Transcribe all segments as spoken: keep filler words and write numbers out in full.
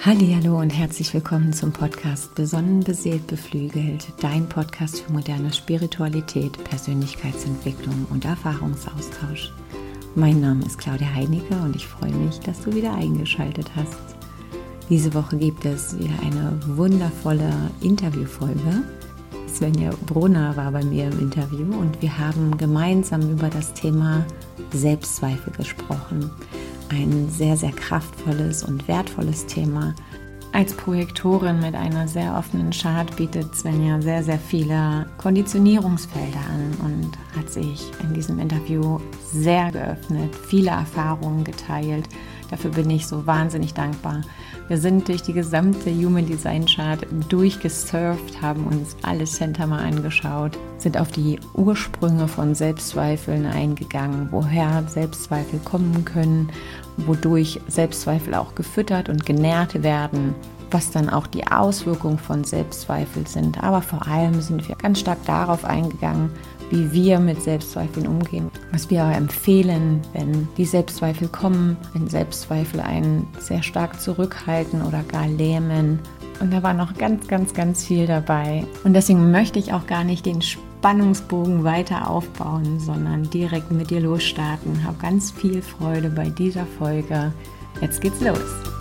Hallihallo und herzlich willkommen zum Podcast Besonnen, beseelt, beflügelt, dein Podcast für moderne Spiritualität, Persönlichkeitsentwicklung und Erfahrungsaustausch. Mein Name ist Claudia Heinecke und ich freue mich, dass du wieder eingeschaltet hast. Diese Woche gibt es wieder eine wundervolle Interviewfolge. Svenja Brunner war bei mir im Interview und wir haben gemeinsam über das Thema Selbstzweifel gesprochen. Ein sehr, sehr kraftvolles und wertvolles Thema. Als Projektorin mit einer sehr offenen Chart bietet Svenja sehr, sehr viele Konditionierungsfelder an und hat sich in diesem Interview sehr geöffnet, viele Erfahrungen geteilt. Dafür bin ich so wahnsinnig dankbar. Wir sind durch die gesamte Human Design Chart durchgesurft, haben uns alle Center mal angeschaut, sind auf die Ursprünge von Selbstzweifeln eingegangen, woher Selbstzweifel kommen können, wodurch Selbstzweifel auch gefüttert und genährt werden, was dann auch die Auswirkungen von Selbstzweifel sind. Aber vor allem sind wir ganz stark darauf eingegangen, wie wir mit Selbstzweifeln umgehen, was wir empfehlen, wenn die Selbstzweifel kommen, wenn Selbstzweifel einen sehr stark zurückhalten oder gar lähmen. Und da war noch ganz, ganz, ganz viel dabei. Und deswegen möchte ich auch gar nicht den Spannungsbogen weiter aufbauen, sondern direkt mit dir losstarten. Hab ganz viel Freude bei dieser Folge. Jetzt geht's los.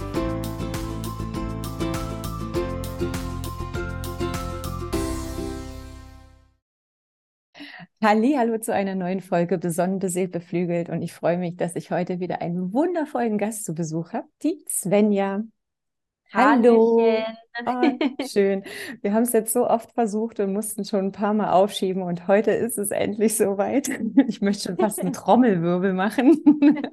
Hallo zu einer neuen Folge Besonnen, beseelt, beflügelt und ich freue mich, dass ich heute wieder einen wundervollen Gast zu Besuch habe, die Svenja. Hallo. Hallöchen. Oh, schön. Wir haben es jetzt so oft versucht und mussten schon ein paar Mal aufschieben und heute ist es endlich soweit. Ich möchte schon fast einen Trommelwirbel machen.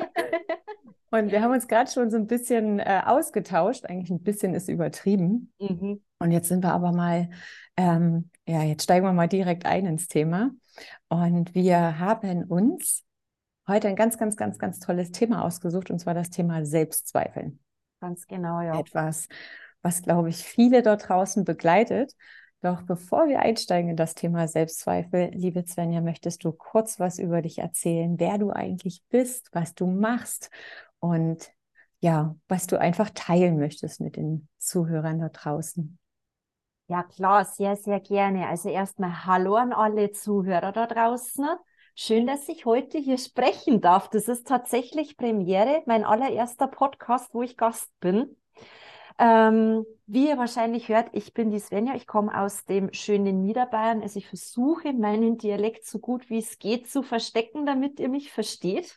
Und wir haben uns gerade schon so ein bisschen äh, ausgetauscht. Eigentlich ein bisschen ist übertrieben. Mhm. Und jetzt sind wir aber mal, ähm, ja, jetzt steigen wir mal direkt ein ins Thema. Und wir haben uns heute ein ganz, ganz, ganz, ganz tolles Thema ausgesucht, und zwar das Thema Selbstzweifeln. Ganz genau, ja. Etwas, was, glaube ich, viele dort draußen begleitet. Doch bevor wir einsteigen in das Thema Selbstzweifel, liebe Svenja, möchtest du kurz was über dich erzählen, wer du eigentlich bist, was du machst und ja, was du einfach teilen möchtest mit den Zuhörern da draußen? Ja, klar, sehr, sehr gerne. Also erstmal Hallo an alle Zuhörer da draußen. Schön, dass ich heute hier sprechen darf. Das ist tatsächlich Premiere, mein allererster Podcast, wo ich Gast bin. Ähm, wie ihr wahrscheinlich hört, ich bin die Svenja, ich komme aus dem schönen Niederbayern. Also ich versuche, meinen Dialekt so gut wie es geht zu verstecken, damit ihr mich versteht.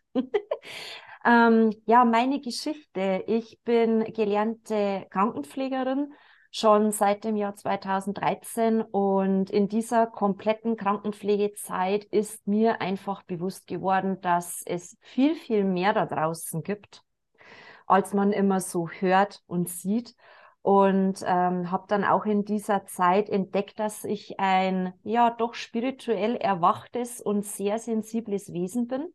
Ähm, ja, meine Geschichte. Ich bin gelernte Krankenpflegerin schon seit dem Jahr zweitausenddreizehn und in dieser kompletten Krankenpflegezeit ist mir einfach bewusst geworden, dass es viel, viel mehr da draußen gibt, als man immer so hört und sieht. Und ähm, habe dann auch in dieser Zeit entdeckt, dass ich ein ja doch spirituell erwachtes und sehr sensibles Wesen bin.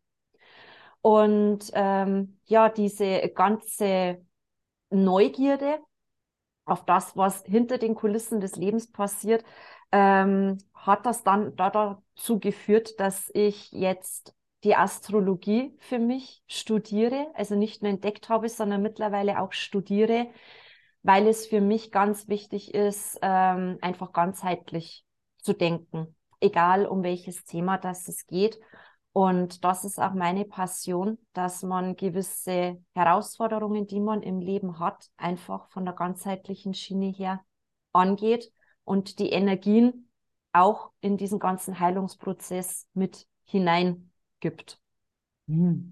Und ähm, ja, diese ganze Neugierde auf das, was hinter den Kulissen des Lebens passiert, ähm, hat das dann da dazu geführt, dass ich jetzt die Astrologie für mich studiere, also nicht nur entdeckt habe, sondern mittlerweile auch studiere, weil es für mich ganz wichtig ist, ähm, einfach ganzheitlich zu denken, egal um welches Thema das es geht. Und das ist auch meine Passion, dass man gewisse Herausforderungen, die man im Leben hat, einfach von der ganzheitlichen Schiene her angeht und die Energien auch in diesen ganzen Heilungsprozess mit hineingibt. Hm,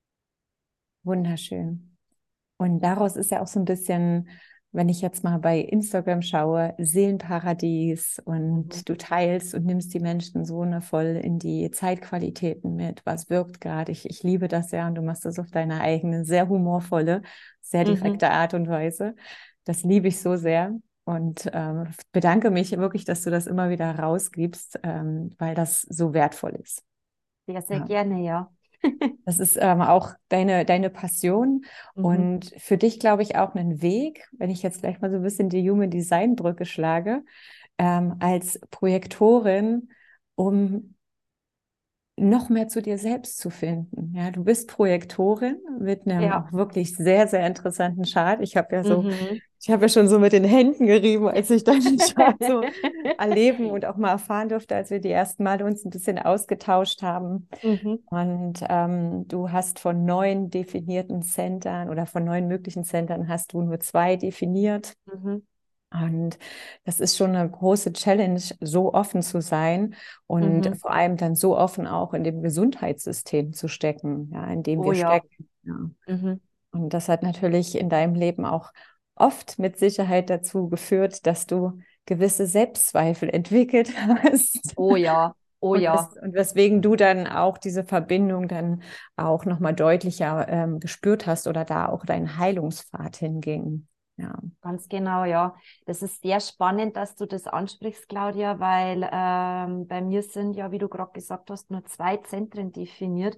wunderschön. Und daraus ist ja auch so ein bisschen, wenn ich jetzt mal bei Instagram schaue, Seelenparadies Mhm. und du teilst und nimmst die Menschen so eine voll in die Zeitqualitäten mit. Was wirkt gerade? Ich, ich liebe das ja und du machst das auf deine eigene, sehr humorvolle, sehr Mhm. direkte Art und Weise. Das liebe ich so sehr und ähm, bedanke mich wirklich, dass du das immer wieder rausgibst, ähm, weil das so wertvoll ist. Sehr, sehr Ja. gerne, ja. Das ist ähm, auch deine, deine Passion Mhm. und für dich, glaube ich, auch einen Weg, wenn ich jetzt gleich mal so ein bisschen die Human Design Brücke schlage, ähm, als Projektorin, um noch mehr zu dir selbst zu finden. Ja, du bist Projektorin mit einem Ja. auch wirklich sehr, sehr interessanten Chart. Ich habe ja so, Mhm. ich habe ja schon so mit den Händen gerieben, als ich deinen Chart so erleben und auch mal erfahren durfte, als wir die ersten Mal uns ein bisschen ausgetauscht haben. Mhm. Und ähm, du hast von neun definierten Centern oder von neun möglichen Centern hast du nur zwei definiert. Mhm. Und das ist schon eine große Challenge, so offen zu sein und Mhm. vor allem dann so offen auch in dem Gesundheitssystem zu stecken, ja, in dem Oh wir ja. stecken. Ja. Mhm. Und das hat natürlich in deinem Leben auch oft mit Sicherheit dazu geführt, dass du gewisse Selbstzweifel entwickelt hast. Oh ja. Oh Und, wes ja. und weswegen du dann auch diese Verbindung dann auch nochmal deutlicher ähm, gespürt hast oder da auch dein Heilungspfad hinging. Ja. Ganz genau, ja. Das ist sehr spannend, dass du das ansprichst, Claudia, weil ähm, bei mir sind ja, wie du gerade gesagt hast, nur zwei Zentren definiert,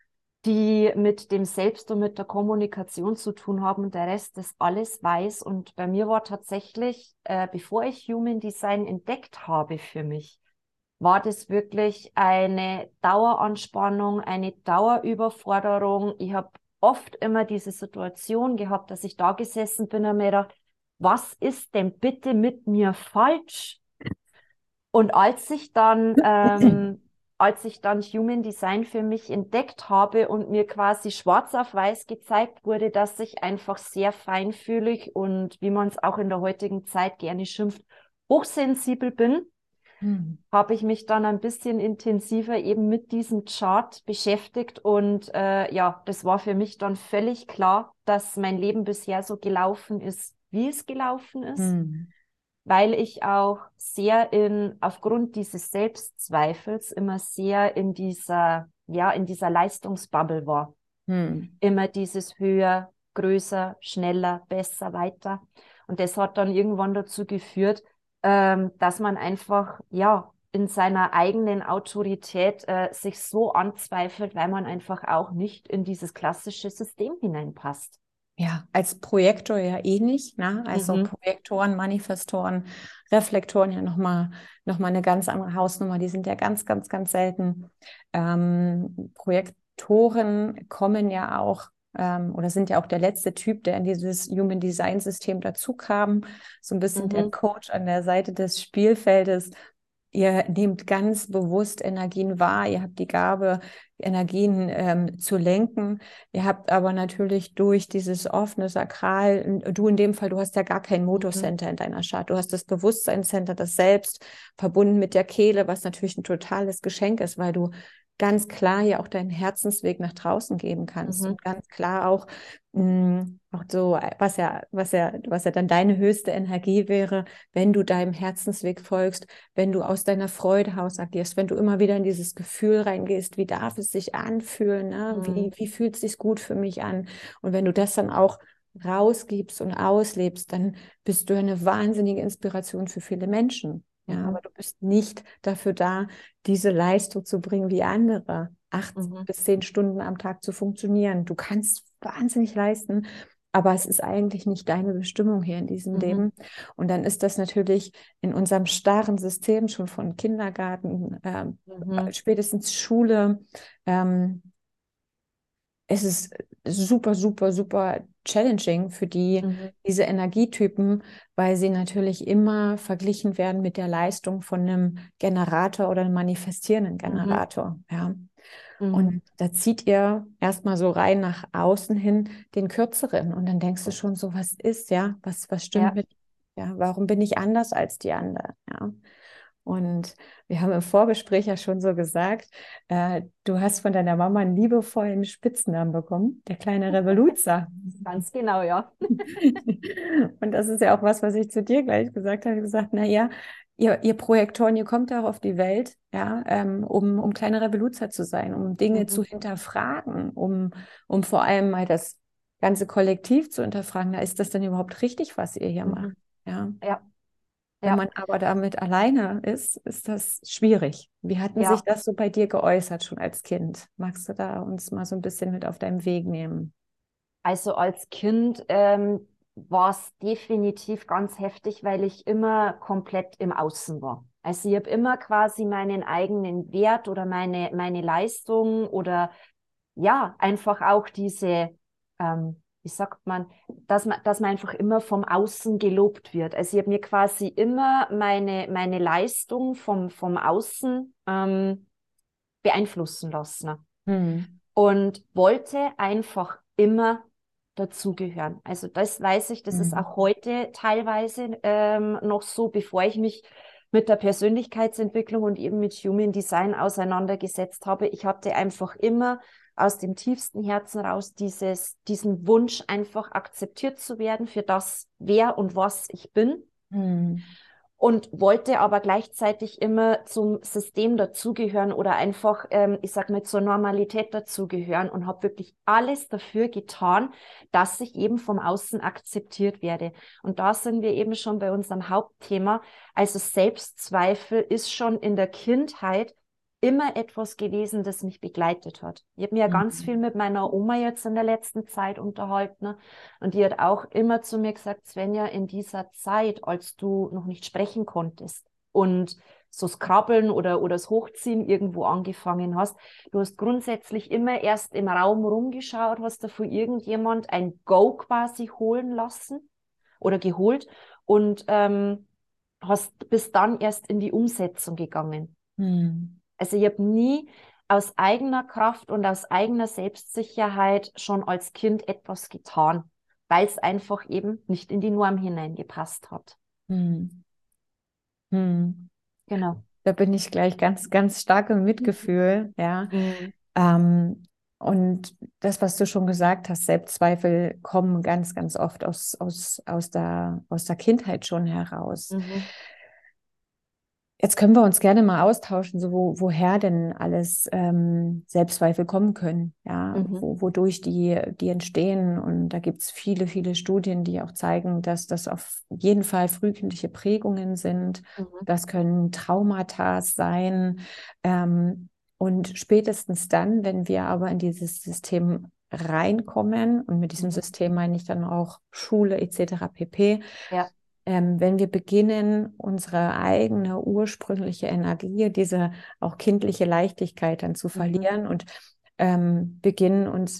die mit dem Selbst und mit der Kommunikation zu tun haben und der Rest das alles weiß. Und bei mir war tatsächlich, äh, bevor ich Human Design entdeckt habe für mich, war das wirklich eine Daueranspannung, eine Dauerüberforderung. Ich habe oft immer diese Situation gehabt, dass ich da gesessen bin und mir gedacht, was ist denn bitte mit mir falsch? Und als ich dann, ähm, als ich dann Human Design für mich entdeckt habe und mir quasi schwarz auf weiß gezeigt wurde, dass ich einfach sehr feinfühlig und, wie man es auch in der heutigen Zeit gerne schimpft, hochsensibel bin, Hm. habe ich mich dann ein bisschen intensiver eben mit diesem Chart beschäftigt und äh, ja, das war für mich dann völlig klar, dass mein Leben bisher so gelaufen ist, wie es gelaufen ist, Hm. weil ich auch sehr in, aufgrund dieses Selbstzweifels immer sehr in dieser, ja, in dieser Leistungsbubble war. Hm. Immer dieses höher, größer, schneller, besser, weiter. Und das hat dann irgendwann dazu geführt, ähm, dass man einfach, ja, in seiner eigenen Autorität äh, sich so anzweifelt, weil man einfach auch nicht in dieses klassische System hineinpasst. Ja, als Projektor ja ähnlich, ne? Also Mhm. Projektoren, Manifestoren, Reflektoren ja nochmal noch mal eine ganz andere Hausnummer. Die sind ja ganz, ganz, ganz selten. Ähm, Projektoren kommen ja auch ähm, oder sind ja auch der letzte Typ, der in dieses Human Design System dazu kam. So ein bisschen der Mhm. Coach an der Seite des Spielfeldes. Ihr nehmt ganz bewusst Energien wahr. Ihr habt die Gabe, Energien ähm, zu lenken. Ihr habt aber natürlich durch dieses offene Sakral, du in dem Fall, du hast ja gar kein Mhm. Motorcenter in deiner Chart. Du hast das Bewusstseinscenter, das Selbst, verbunden mit der Kehle, was natürlich ein totales Geschenk ist, weil du ganz klar ja auch deinen Herzensweg nach draußen geben kannst Mhm. und ganz klar auch, mh, auch so, was ja, was ja, was ja dann deine höchste Energie wäre, wenn du deinem Herzensweg folgst, wenn du aus deiner Freude heraus agierst, wenn du immer wieder in dieses Gefühl reingehst, wie darf es sich anfühlen, ne? Wie, Mhm. wie fühlt es sich gut für mich an? Und wenn du das dann auch rausgibst und auslebst, dann bist du eine wahnsinnige Inspiration für viele Menschen. Ja, Mhm. aber du bist nicht dafür da, diese Leistung zu bringen wie andere, acht Mhm. bis zehn Stunden am Tag zu funktionieren. Du kannst wahnsinnig leisten, aber es ist eigentlich nicht deine Bestimmung hier in diesem Mhm. Leben. Und dann ist das natürlich in unserem starren System schon von Kindergarten, äh, Mhm. spätestens Schule, ähm, es ist super, super, super challenging für die, Mhm. diese Energietypen, weil sie natürlich immer verglichen werden mit der Leistung von einem Generator oder einem manifestierenden Mhm. Generator. Ja. Mhm. Und da zieht ihr erstmal so rein nach außen hin den kürzeren. Und dann denkst du schon so, was ist, ja, was, was stimmt Ja. mit, ja, warum bin ich anders als die anderen? Ja. Und wir haben im Vorgespräch ja schon so gesagt, äh, du hast von deiner Mama einen liebevollen Spitznamen bekommen, der kleine Revoluzer. Ganz genau, ja. Und das ist ja auch was, was ich zu dir gleich gesagt habe. Ich habe gesagt, na ja, ihr, ihr Projektoren, ihr kommt auch auf die Welt, ja, ähm, um, um kleine Revoluzer zu sein, um Dinge Mhm. zu hinterfragen, um, um vor allem mal das ganze Kollektiv zu hinterfragen. Na, ist das denn überhaupt richtig, was ihr hier macht? Mhm. Ja. Ja. Wenn Ja. man aber damit alleine ist, ist das schwierig. Wie hatten sich Ja. das so bei dir geäußert schon als Kind? Magst du da uns mal so ein bisschen mit auf deinem Weg nehmen? Also als Kind ähm, war es definitiv ganz heftig, weil ich immer komplett im Außen war. Also ich habe immer quasi meinen eigenen Wert oder meine, meine Leistung oder ja, einfach auch diese, ähm, wie sagt man, dass man, dass man einfach immer vom Außen gelobt wird. Also ich habe mir quasi immer meine, meine Leistung vom, vom Außen ähm, beeinflussen lassen Hm. und wollte einfach immer dazugehören. Also das weiß ich, das ist Hm. auch heute teilweise ähm, noch so, bevor ich mich mit der Persönlichkeitsentwicklung und eben mit Human Design auseinandergesetzt habe. Ich hatte einfach immer aus dem tiefsten Herzen raus dieses, diesen Wunsch, einfach akzeptiert zu werden für das, wer und was ich bin. Hm. Und wollte aber gleichzeitig immer zum System dazugehören oder einfach, ähm, ich sag mal, zur Normalität dazugehören und habe wirklich alles dafür getan, dass ich eben vom Außen akzeptiert werde. Und da sind wir eben schon bei unserem Hauptthema. Also Selbstzweifel ist schon in der Kindheit immer etwas gewesen, das mich begleitet hat. Ich habe mir ja ganz viel Hm. mit meiner Oma jetzt in der letzten Zeit unterhalten. Und die hat auch immer zu mir gesagt, Svenja, in dieser Zeit, als du noch nicht sprechen konntest und so das Krabbeln oder, oder das Hochziehen irgendwo angefangen hast, du hast grundsätzlich immer erst im Raum rumgeschaut, hast da von irgendjemand ein Go quasi holen lassen oder geholt und ähm, hast bis dann erst in die Umsetzung gegangen. Hm. Also ich habe nie aus eigener Kraft und aus eigener Selbstsicherheit schon als Kind etwas getan, weil es einfach eben nicht in die Norm hineingepasst hat. Hm. Hm. Genau. Da bin ich gleich ganz, ganz stark im Mitgefühl, ja. Mhm. Ähm, und das, was du schon gesagt hast, Selbstzweifel kommen ganz, ganz oft aus, aus, aus der, aus der Kindheit schon heraus. Mhm. Jetzt können wir uns gerne mal austauschen, so wo, woher denn alles ähm, Selbstzweifel kommen können, ja, Mhm. wo, wodurch die, die entstehen. Und da gibt es viele, viele Studien, die auch zeigen, dass das auf jeden Fall frühkindliche Prägungen sind. Mhm. Das können Traumata sein. Ähm, und spätestens dann, wenn wir aber in dieses System reinkommen, und mit diesem Mhm. System meine ich dann auch Schule et cetera pp., Ja. ähm, wenn wir beginnen, unsere eigene ursprüngliche Energie, diese auch kindliche Leichtigkeit dann zu Mhm. verlieren und ähm, beginnen uns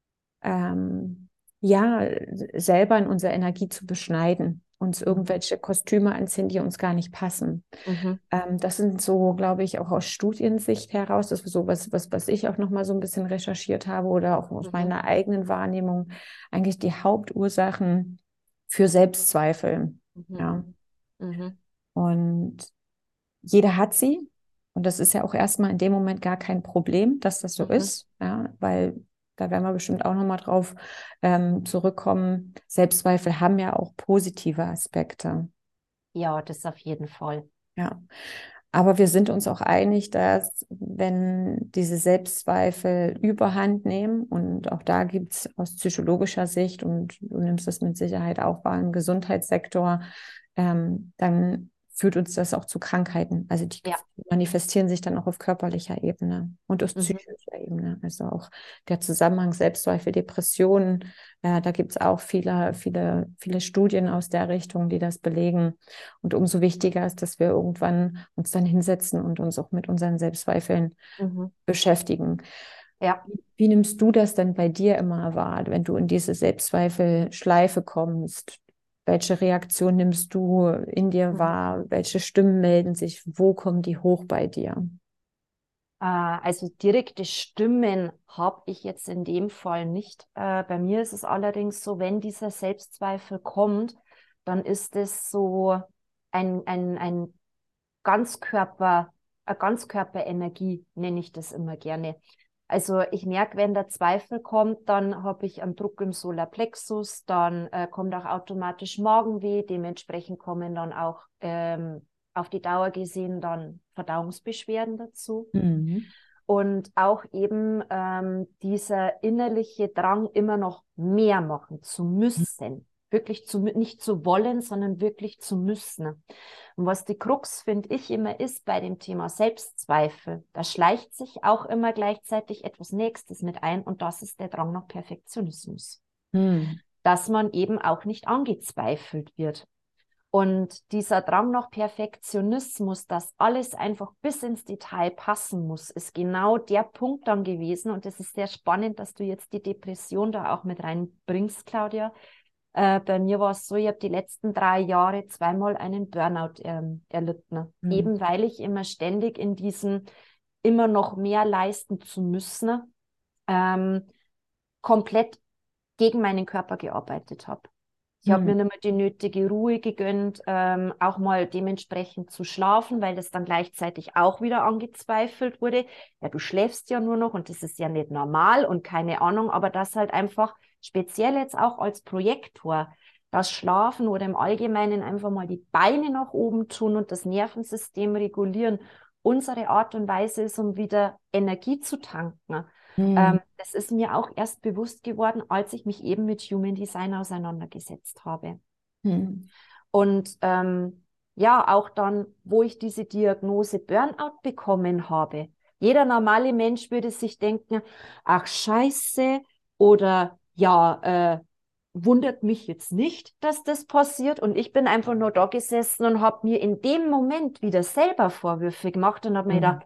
ähm, ja selber in unserer Energie zu beschneiden, uns Mhm. irgendwelche Kostüme anziehen, die uns gar nicht passen. Mhm. Ähm, das sind so, glaube ich, auch aus Studiensicht heraus, das ist so was, was, was ich auch noch mal so ein bisschen recherchiert habe oder auch aus Mhm. meiner eigenen Wahrnehmung, eigentlich die Hauptursachen für Selbstzweifel. Mhm. Ja. Mhm. Und jeder hat sie. Und das ist ja auch erstmal in dem Moment gar kein Problem, dass das so Mhm. ist, ja, weil da werden wir bestimmt auch nochmal drauf ähm, zurückkommen. Selbstzweifel haben ja auch positive Aspekte. Ja, das auf jeden Fall. Ja. Aber wir sind uns auch einig, dass wenn diese Selbstzweifel überhand nehmen, und auch da gibt es aus psychologischer Sicht, und du nimmst das mit Sicherheit auch wahr im Gesundheitssektor, ähm, dann führt uns das auch zu Krankheiten. Also die Ja. manifestieren sich dann auch auf körperlicher Ebene und auf Mhm. psychischer Ebene. Also auch der Zusammenhang Selbstzweifel, Depressionen, äh, da gibt es auch viele, viele, viele Studien aus der Richtung, die das belegen. Und umso wichtiger ist, dass wir irgendwann uns dann hinsetzen und uns auch mit unseren Selbstzweifeln Mhm. beschäftigen. Ja. Wie nimmst du das denn bei dir immer wahr, wenn du in diese Selbstzweifelschleife kommst? Welche Reaktion nimmst du in dir Mhm. wahr? Welche Stimmen melden sich? Wo kommen die hoch bei dir? Äh, Also direkte Stimmen habe ich jetzt in dem Fall nicht. Äh, bei mir ist es allerdings so, wenn dieser Selbstzweifel kommt, dann ist es so ein, ein, ein Ganzkörper, eine Ganzkörperenergie, nenne ich das immer gerne. Also ich merke, wenn der Zweifel kommt, dann habe ich einen Druck im Solarplexus, dann äh, kommt auch automatisch Magenweh, dementsprechend kommen dann auch ähm, auf die Dauer gesehen dann Verdauungsbeschwerden dazu. Mhm. Und auch eben ähm, dieser innerliche Drang, immer noch mehr machen zu müssen. Wirklich zu, nicht zu wollen, sondern wirklich zu müssen. Und was die Krux, finde ich, immer ist bei dem Thema Selbstzweifel, da schleicht sich auch immer gleichzeitig etwas Nächstes mit ein und das ist der Drang nach Perfektionismus. Mhm. Dass man eben auch nicht angezweifelt wird. Und dieser Drang nach Perfektionismus, dass alles einfach bis ins Detail passen muss, ist genau der Punkt dann gewesen. Und es ist sehr spannend, dass du jetzt die Depression da auch mit reinbringst, Claudia. Äh, bei mir war es so, ich habe die letzten drei Jahre zweimal einen Burnout ähm, erlitten. Mhm. Eben weil ich immer ständig in diesem immer noch mehr leisten zu müssen, ähm, komplett gegen meinen Körper gearbeitet habe. Ich habe mir Mhm. nicht mehr die nötige Ruhe gegönnt, ähm, auch mal dementsprechend zu schlafen, weil das dann gleichzeitig auch wieder angezweifelt wurde. Ja, du schläfst ja nur noch und das ist ja nicht normal und keine Ahnung, aber das halt einfach speziell jetzt auch als Projektor, das Schlafen oder im Allgemeinen einfach mal die Beine nach oben tun und das Nervensystem regulieren, unsere Art und Weise ist, um wieder Energie zu tanken. Mhm. Ähm, das ist mir auch erst bewusst geworden, als ich mich eben mit Human Design auseinandergesetzt habe. Mhm. Und ähm, ja, auch dann, wo ich diese Diagnose Burnout bekommen habe. Jeder normale Mensch würde sich denken, ach Scheiße, oder ja, äh, wundert mich jetzt nicht, dass das passiert. Und ich bin einfach nur da gesessen und habe mir in dem Moment wieder selber Vorwürfe gemacht und habe mir Mhm. gedacht,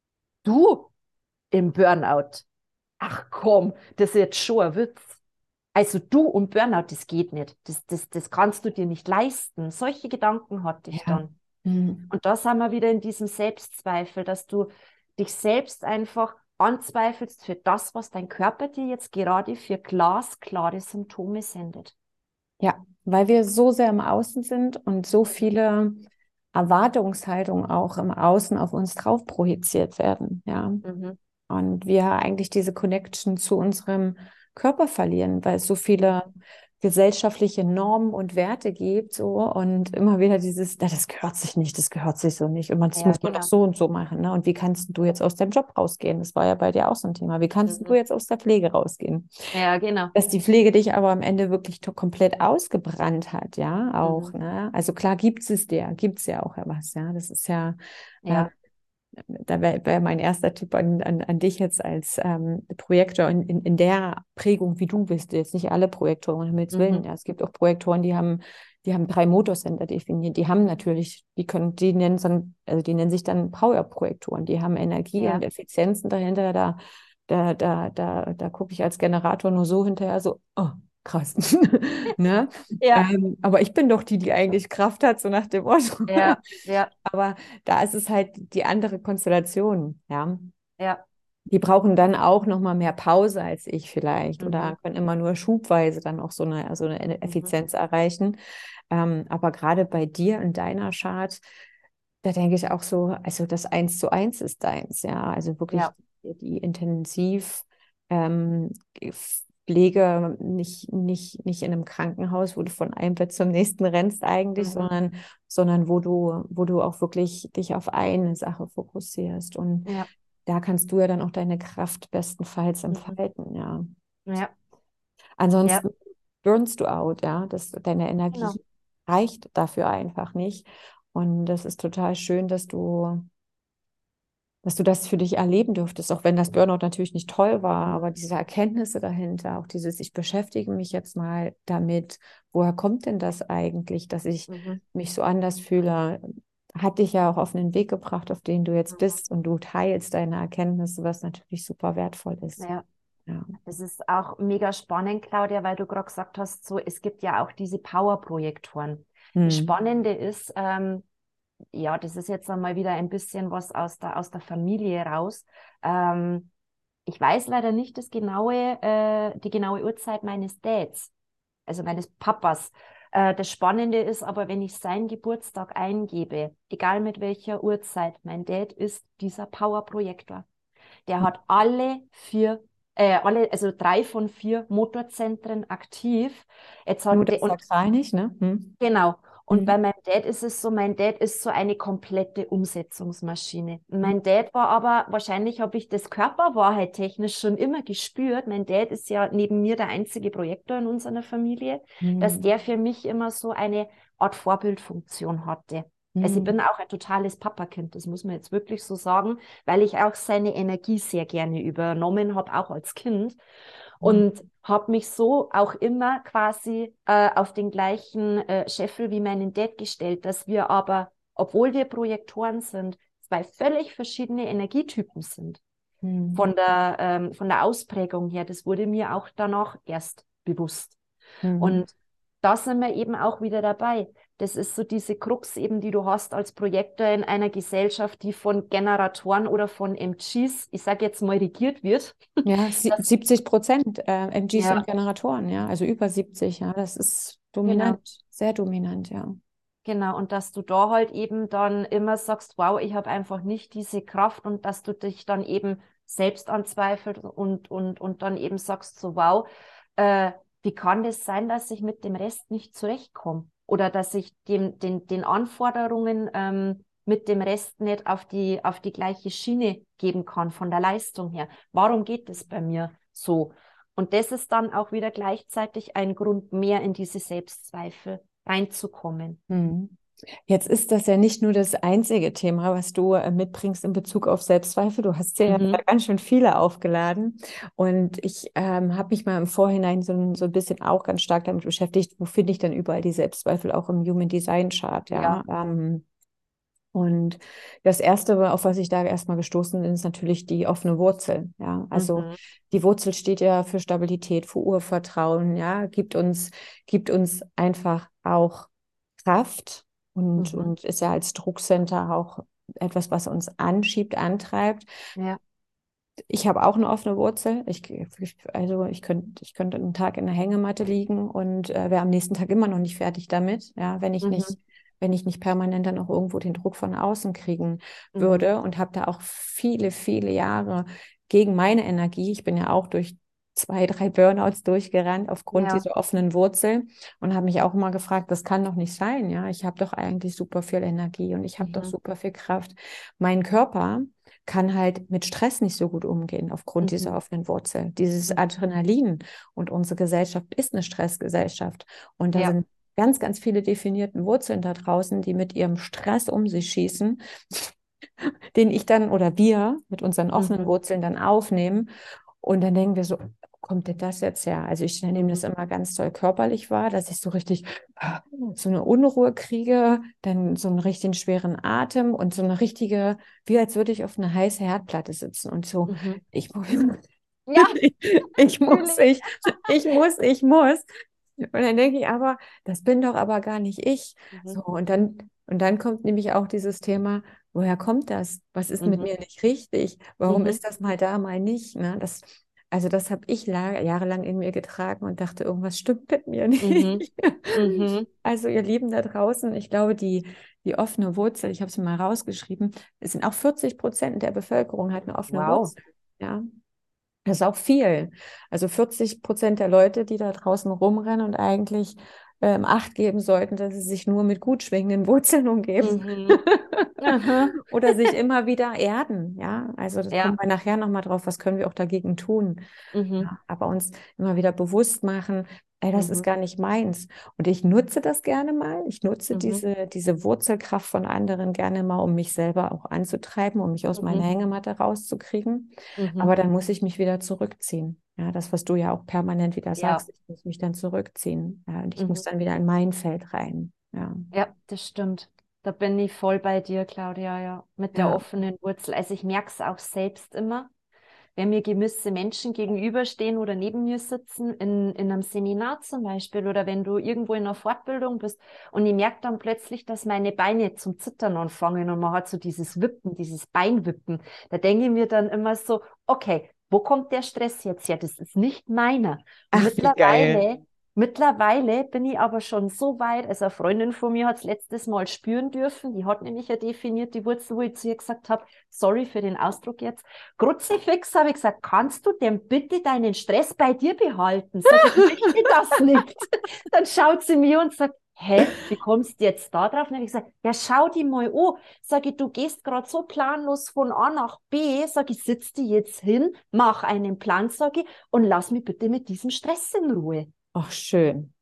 du im Burnout. Ach komm, das ist jetzt schon ein Witz. Also du und Burnout, das geht nicht. Das, das, das kannst du dir nicht leisten. Solche Gedanken hatte ich Ja. dann. Mhm. Und da sind wir wieder in diesem Selbstzweifel, dass du dich selbst einfach anzweifelst für das, was dein Körper dir jetzt gerade für glasklare Symptome sendet. Ja, weil wir so sehr im Außen sind und so viele Erwartungshaltungen auch im Außen auf uns drauf projiziert werden, ja. Mhm. Und wir eigentlich diese Connection zu unserem Körper verlieren, weil es so viele gesellschaftliche Normen und Werte gibt, so und immer wieder dieses, na, das gehört sich nicht, das gehört sich so nicht und man, das Ja, muss man doch genau. so und so machen, ne? Und wie kannst du jetzt aus deinem Job rausgehen? Das war ja bei dir auch so ein Thema. Wie kannst du Mhm. jetzt aus der Pflege rausgehen? Ja, genau. Dass die Pflege dich aber am Ende wirklich to- komplett ausgebrannt hat, ja, auch, Mhm. ne? Also klar gibt es dir, gibt es ja auch was, ja. Das ist ja, äh, Ja. da wäre wär mein erster Tipp an, an, an dich jetzt als ähm, Projektor in, in, in der Prägung, wie du bist. Jetzt nicht alle Projektoren, um Himmels Willen. Mhm. Ja, es gibt auch Projektoren, die haben, die haben drei Motorcenter definiert. Die haben natürlich, die können, die nennen dann, also die nennen sich dann Power-Projektoren. Die haben Energie und Ja. Effizienzen dahinter. Da, da, da, da, da gucke ich als Generator nur so hinterher, so, oh, krass. Ne? Ja. Ähm, aber ich bin doch die, die eigentlich Kraft hat, so nach dem Motto. Ja. Ja. Aber da ist es halt die andere Konstellation, ja. Ja. Die brauchen dann auch noch mal mehr Pause als ich vielleicht Mhm. oder können immer nur schubweise dann auch so eine, so eine Mhm. Effizienz erreichen. Ähm, aber gerade bei dir in deiner Chart, da denke ich auch so, also das Eins zu eins ist deins, ja. Also wirklich Ja. die, die intensiv ähm, Pflege nicht, nicht, nicht in einem Krankenhaus, wo du von einem Bett zum nächsten rennst eigentlich, Mhm. sondern, sondern wo du, wo du auch wirklich dich auf eine Sache fokussierst. Und Ja. da kannst du ja dann auch deine Kraft bestenfalls Mhm. entfalten, ja. Ja. Ja. Ansonsten burnst du out, ja. Das, deine Genau. Energie reicht dafür einfach nicht. Und das ist total schön, dass du, dass du das für dich erleben durftest, auch wenn das Burnout natürlich nicht toll war, aber diese Erkenntnisse dahinter, auch dieses, ich beschäftige mich jetzt mal damit, woher kommt denn das eigentlich, dass ich Mhm. mich so anders fühle, hat dich ja auch auf einen Weg gebracht, auf den du jetzt Mhm. bist und du teilst deine Erkenntnisse, was natürlich super wertvoll ist. Ja. Ja. Das ist auch mega spannend, Claudia, weil du gerade gesagt hast, so, es gibt ja auch diese Power-Projektoren. Das Hm. Spannende ist, ähm, ja, das ist jetzt einmal wieder ein bisschen was aus der, aus der Familie raus. Ähm, ich weiß leider nicht das genaue, äh, die genaue Uhrzeit meines Dads, also meines Papas. Äh, das Spannende ist aber, wenn ich seinen Geburtstag eingebe, egal mit welcher Uhrzeit, mein Dad ist dieser Power-Projektor. Der hat alle vier, äh, alle, also drei von vier Motorzentren aktiv. Jetzt Nur hat das der, und Sakral nicht, ne? Hm. genau. Und bei Hm. meinem Dad ist es so, mein Dad ist so eine komplette Umsetzungsmaschine. Mein Dad war aber, wahrscheinlich habe ich das Körperwahrheit technisch schon immer gespürt. Mein Dad ist ja neben mir der einzige Projektor in unserer Familie, dass Hm. der für mich immer so eine Art Vorbildfunktion hatte. Also ich Hm. bin auch ein totales Papakind, das muss man jetzt wirklich so sagen, weil ich auch seine Energie sehr gerne übernommen habe, auch als Kind. Mhm. Und habe mich so auch immer quasi äh, auf den gleichen äh, Scheffel wie meinen Dad gestellt, dass wir aber, obwohl wir Projektoren sind, zwei völlig verschiedene Energietypen sind. Mhm. Von der, ähm, von der Ausprägung her, das wurde mir auch danach erst bewusst. Mhm. Und da sind wir eben auch wieder dabei. Das ist so diese Krux eben, die du hast als Projektor in einer Gesellschaft, die von Generatoren oder von M Gs, ich sage jetzt mal, regiert wird. Ja, sie- Das, siebzig Prozent äh, M Gs sind ja, Generatoren, ja, also über siebzig, ja, das ist genau. dominant, sehr dominant, ja. Genau, und dass du da halt eben dann immer sagst, wow, ich habe einfach nicht diese Kraft und dass du dich dann eben selbst anzweifelst und, und, und dann eben sagst so, wow, äh, wie kann das sein, dass ich mit dem Rest nicht zurechtkomme? Oder dass ich dem, den, den Anforderungen ähm, mit dem Rest nicht auf die, auf die gleiche Schiene geben kann von der Leistung her. Warum geht es bei mir so? Und das ist dann auch wieder gleichzeitig ein Grund mehr in diese Selbstzweifel reinzukommen. Mhm. Jetzt ist das ja nicht nur das einzige Thema, was du äh, mitbringst in Bezug auf Selbstzweifel. Du hast dir ja da Mhm. ganz schön viele aufgeladen. Und ich ähm, habe mich mal im Vorhinein so, ein- so ein bisschen auch ganz stark damit beschäftigt, wo finde ich denn überall die Selbstzweifel auch im Human Design Chart, ja. Ja. Ähm, und das Erste, auf was ich da erstmal gestoßen bin, ist natürlich die offene Wurzel. Ja, also Mhm. die Wurzel steht ja für Stabilität, für Urvertrauen, ja, gibt uns, gibt uns einfach auch Kraft und, Mhm. und ist ja als Druckcenter auch etwas, was uns anschiebt, antreibt. Ja. Ich habe auch eine offene Wurzel. Ich, ich, also ich könnte, ich könnte einen Tag in der Hängematte liegen und äh, wäre am nächsten Tag immer noch nicht fertig damit, ja, wenn ich nicht, Mhm. wenn ich nicht permanent dann auch irgendwo den Druck von außen kriegen Mhm. würde und habe da auch viele, viele Jahre gegen meine Energie. Ich bin ja auch durch zwei, drei Burnouts durchgerannt aufgrund Ja. dieser offenen Wurzel und habe mich auch immer gefragt, das kann doch nicht sein, ja. Ich habe doch eigentlich super viel Energie und ich habe doch Mhm. super viel Kraft. Mein Körper kann halt mit Stress nicht so gut umgehen aufgrund dieser Mhm. offenen Wurzel. Dieses Mhm. Adrenalin und unsere Gesellschaft ist eine Stressgesellschaft. Und da Ja. sind ganz, ganz viele definierten Wurzeln da draußen, die mit ihrem Stress um sich schießen, den ich dann oder wir mit unseren offenen Mhm. Wurzeln dann aufnehmen. Und dann denken wir so, wo kommt denn das jetzt her? Also ich nehme das Mhm. immer ganz toll körperlich wahr, dass ich so richtig so eine Unruhe kriege, dann so einen richtigen schweren Atem und so eine richtige, wie als würde ich auf einer heißen Herdplatte sitzen und so, Mhm. ich muss, Ja, ich fühle muss, ich. ich, ich muss, ich muss. Und dann denke ich aber, das bin doch aber gar nicht ich. Mhm. So, und dann, und dann kommt nämlich auch dieses Thema, woher kommt das? Was ist mit Mhm. mir nicht richtig? Warum Mhm. ist das mal da, mal nicht? Ne? Das, also das habe ich la- jahrelang in mir getragen und dachte, irgendwas stimmt mit mir Mhm. nicht. Mhm. Also ihr Lieben da draußen, ich glaube, die, die offene Wurzel, ich habe es mir mal rausgeschrieben, es sind auch vierzig Prozent der Bevölkerung hat eine offene Wow. Wurzel. Ja, das ist auch viel. Also vierzig Prozent der Leute, die da draußen rumrennen und eigentlich ähm, Acht geben sollten, dass sie sich nur mit gut schwingenden Wurzeln umgeben. Mhm. Aha. Oder sich immer wieder erden. Ja, also das kommen Ja. wir nachher nochmal drauf, was können wir auch dagegen tun. Mhm. Ja, aber uns immer wieder bewusst machen, ey, das ist Mhm. gar nicht meins. Und ich nutze das gerne mal. Ich nutze Mhm. diese, diese Wurzelkraft von anderen gerne mal, um mich selber auch anzutreiben, um mich aus meiner Mhm. Hängematte rauszukriegen. Mhm. Aber dann muss ich mich wieder zurückziehen. Ja, das, was du ja auch permanent wieder Ja. sagst, ich muss mich dann zurückziehen. Ja, und ich muss Mhm. dann wieder in mein Feld rein. Ja, Ja, das stimmt. Da bin ich voll bei dir, Claudia, ja. Mit der ja, offenen Wurzel. Also ich merke es auch selbst immer. Wenn mir gewisse Menschen gegenüberstehen oder neben mir sitzen, in, in einem Seminar zum Beispiel, oder wenn du irgendwo in einer Fortbildung bist und ich merke dann plötzlich, dass meine Beine zum Zittern anfangen und man hat so dieses Wippen, dieses Beinwippen, da denke ich mir dann immer so, okay, wo kommt der Stress jetzt her? Das ist nicht meiner. Und ach, wie geil. mittlerweile, mittlerweile bin ich aber schon so weit, also eine Freundin von mir hat es letztes Mal spüren dürfen, die hat nämlich ja definiert die Wurzel, wo ich zu ihr gesagt habe, sorry für den Ausdruck jetzt, Kruzifix, habe ich gesagt, kannst du denn bitte deinen Stress bei dir behalten? Sag ich, ich möchte das nicht. Dann schaut sie mir und sagt, hä, wie kommst du jetzt da drauf? Und dann habe ich gesagt, ja, schau die mal an. Sag ich, du gehst gerade so planlos von A nach B. Sag ich, sitz dich jetzt hin, mach einen Plan, sag ich, und lass mich bitte mit diesem Stress in Ruhe. Ach, schön.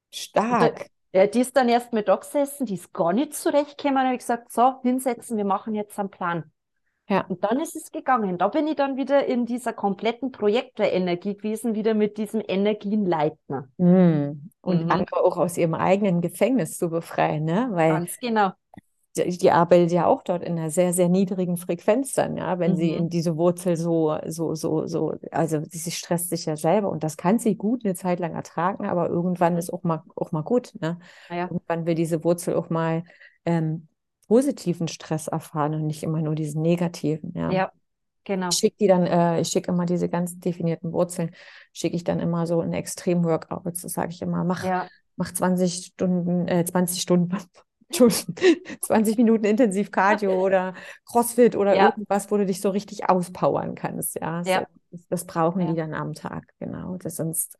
Und da, Stark. ja, die ist dann erst mal da gesessen, die ist gar nicht zurechtgekommen. Dann habe ich gesagt, so, hinsetzen, wir machen jetzt einen Plan. Ja. Und dann ist es gegangen. Da bin ich dann wieder in dieser kompletten Projektorenergie gewesen, wieder mit diesem Energienleitner. Mm. Und Mhm. andere auch aus ihrem eigenen Gefängnis zu befreien, ne? Weil Ganz genau. die, die arbeitet ja auch dort in einer sehr, sehr niedrigen Frequenz dann, ja, wenn sie in Mhm. diese Wurzel so, so, so, so, also sie stresst sich ja selber und das kann sie gut eine Zeit lang ertragen, aber irgendwann Mhm. ist auch mal, auch mal gut, ne? Ja, Irgendwann will diese Wurzel auch mal ähm, positiven Stress erfahren und nicht immer nur diesen negativen, ja. ja, Ich genau. schicke die dann, äh, ich schicke immer diese ganz definierten Wurzeln, schicke ich dann immer so in Extrem-Workouts. Das sage ich immer, mach, Ja, mach zwanzig Stunden, äh, zwanzig Stunden, Entschuldigung, zwanzig Minuten intensiv Cardio oder CrossFit oder ja, irgendwas, wo du dich so richtig auspowern kannst. Ja, so, ja, das, das brauchen die ja. dann am Tag, genau. Das sonst,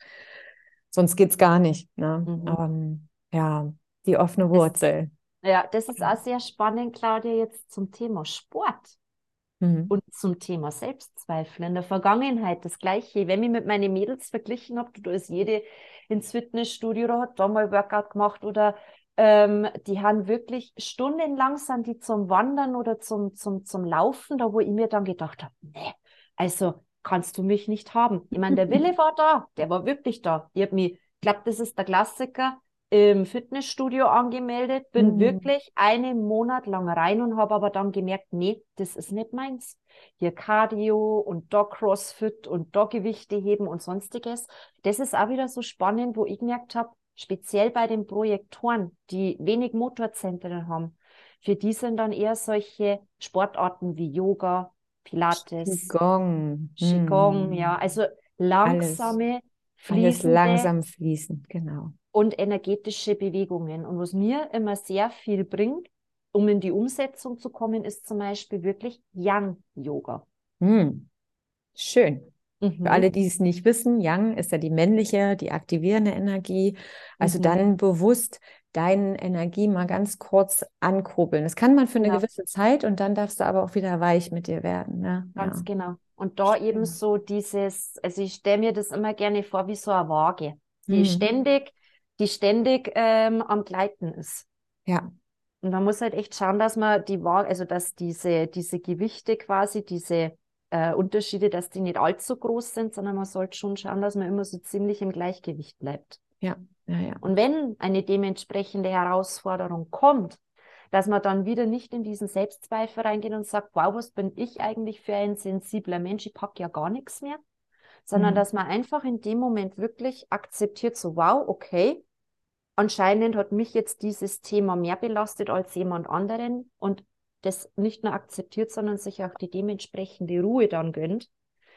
sonst geht es gar nicht. Ne? Mhm. Ähm, ja, die offene Das, Wurzel. ja, das ist auch sehr spannend, Claudia, jetzt zum Thema Sport Mhm. und zum Thema Selbstzweifel. In der Vergangenheit das Gleiche. Wenn ich mit meinen Mädels verglichen habe, da ist jede ins Fitnessstudio oder hat da mal Workout gemacht oder ähm, die haben wirklich stundenlang sind die zum Wandern oder zum, zum, zum Laufen, da wo ich mir dann gedacht habe, nee, also kannst du mich nicht haben. Ich meine, der Wille war da, der war wirklich da. Ich habe mich, ich glaube, das ist der Klassiker, im Fitnessstudio angemeldet, bin Mhm. wirklich einen Monat lang rein und habe aber dann gemerkt, nee, das ist nicht meins. Hier Cardio und da CrossFit und da Gewichte heben und sonstiges. Das ist auch wieder so spannend, wo ich gemerkt habe, speziell bei den Projektoren, die wenig Motorzentren haben, für die sind dann eher solche Sportarten wie Yoga, Pilates, Qigong. Qigong, ja, Mhm. also Alles. langsame, Alles fließende langsam fließen, genau. und energetische Bewegungen. Und was mir immer sehr viel bringt, um in die Umsetzung zu kommen, ist zum Beispiel wirklich Yang-Yoga. Hm, schön. Für Mhm, alle, die es nicht wissen, Yang ist ja die männliche, die aktivierende Energie. Also mhm, dann bewusst deine Energie mal ganz kurz ankurbeln. Das kann man für eine genau, gewisse Zeit und dann darfst du aber auch wieder weich mit dir werden. Ne? ganz Ja, genau. Und da eben schön. so dieses, also ich stelle mir das immer gerne vor wie so eine Waage, die Hm. ständig, die ständig ähm, am Gleiten ist. Ja, Und man muss halt echt schauen, dass man die Waage, also dass diese, diese Gewichte quasi, diese äh, Unterschiede, dass die nicht allzu groß sind, sondern man sollte schon schauen, dass man immer so ziemlich im Gleichgewicht bleibt. ja, ja, ja. Und wenn eine dementsprechende Herausforderung kommt, dass man dann wieder nicht in diesen Selbstzweifel reingeht und sagt, wow, was bin ich eigentlich für ein sensibler Mensch, ich packe ja gar nichts mehr, sondern Hm. dass man einfach in dem Moment wirklich akzeptiert, so wow, okay, anscheinend hat mich jetzt dieses Thema mehr belastet als jemand anderen und das nicht nur akzeptiert, sondern sich auch die dementsprechende Ruhe dann gönnt,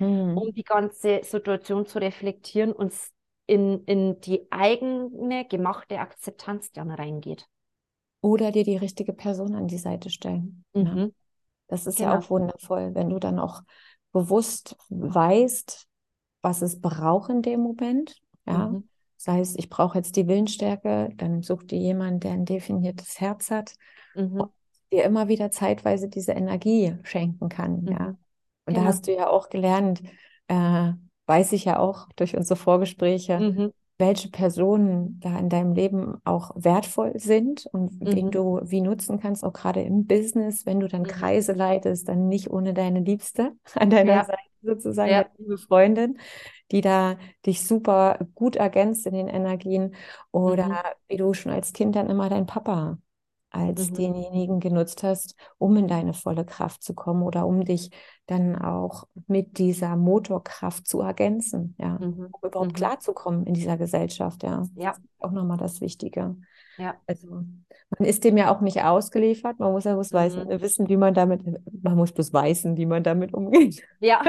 um Hm. die ganze Situation zu reflektieren und in, in die eigene gemachte Akzeptanz dann reingeht. Oder dir die richtige Person an die Seite stellen. Ne? Mhm, Das ist ja genau. auch wundervoll, wenn du dann auch bewusst weißt, was es braucht in dem Moment. Ja, Mhm, das heißt, ich brauche jetzt die Willensstärke, dann such dir jemanden, der ein definiertes Herz hat und mhm, dir immer wieder zeitweise diese Energie schenken kann. Ja, mhm, und da genau. hast du ja auch gelernt, äh, weiß ich ja auch durch unsere Vorgespräche, Mhm, welche Personen da in deinem Leben auch wertvoll sind und wen mhm, du wie nutzen kannst, auch gerade im Business, wenn du dann mhm. Kreise leitest, dann nicht ohne deine Liebste an deiner Ja, Seite sozusagen, ja. deine liebe Freundin, die da dich super gut ergänzt in den Energien oder Mhm, wie du schon als Kind dann immer dein Papa als mhm, denjenigen genutzt hast, um in deine volle Kraft zu kommen oder um dich dann auch mit dieser Motorkraft zu ergänzen, ja, mhm, um überhaupt mhm. klarzukommen in dieser Gesellschaft, ja. Das Ja, ist auch nochmal das Wichtige. ja. Also man ist dem ja auch nicht ausgeliefert, man muss ja bloß Mhm. weißen, wissen, wie man damit, man muss bloß wissen, wie man damit umgeht. Ja.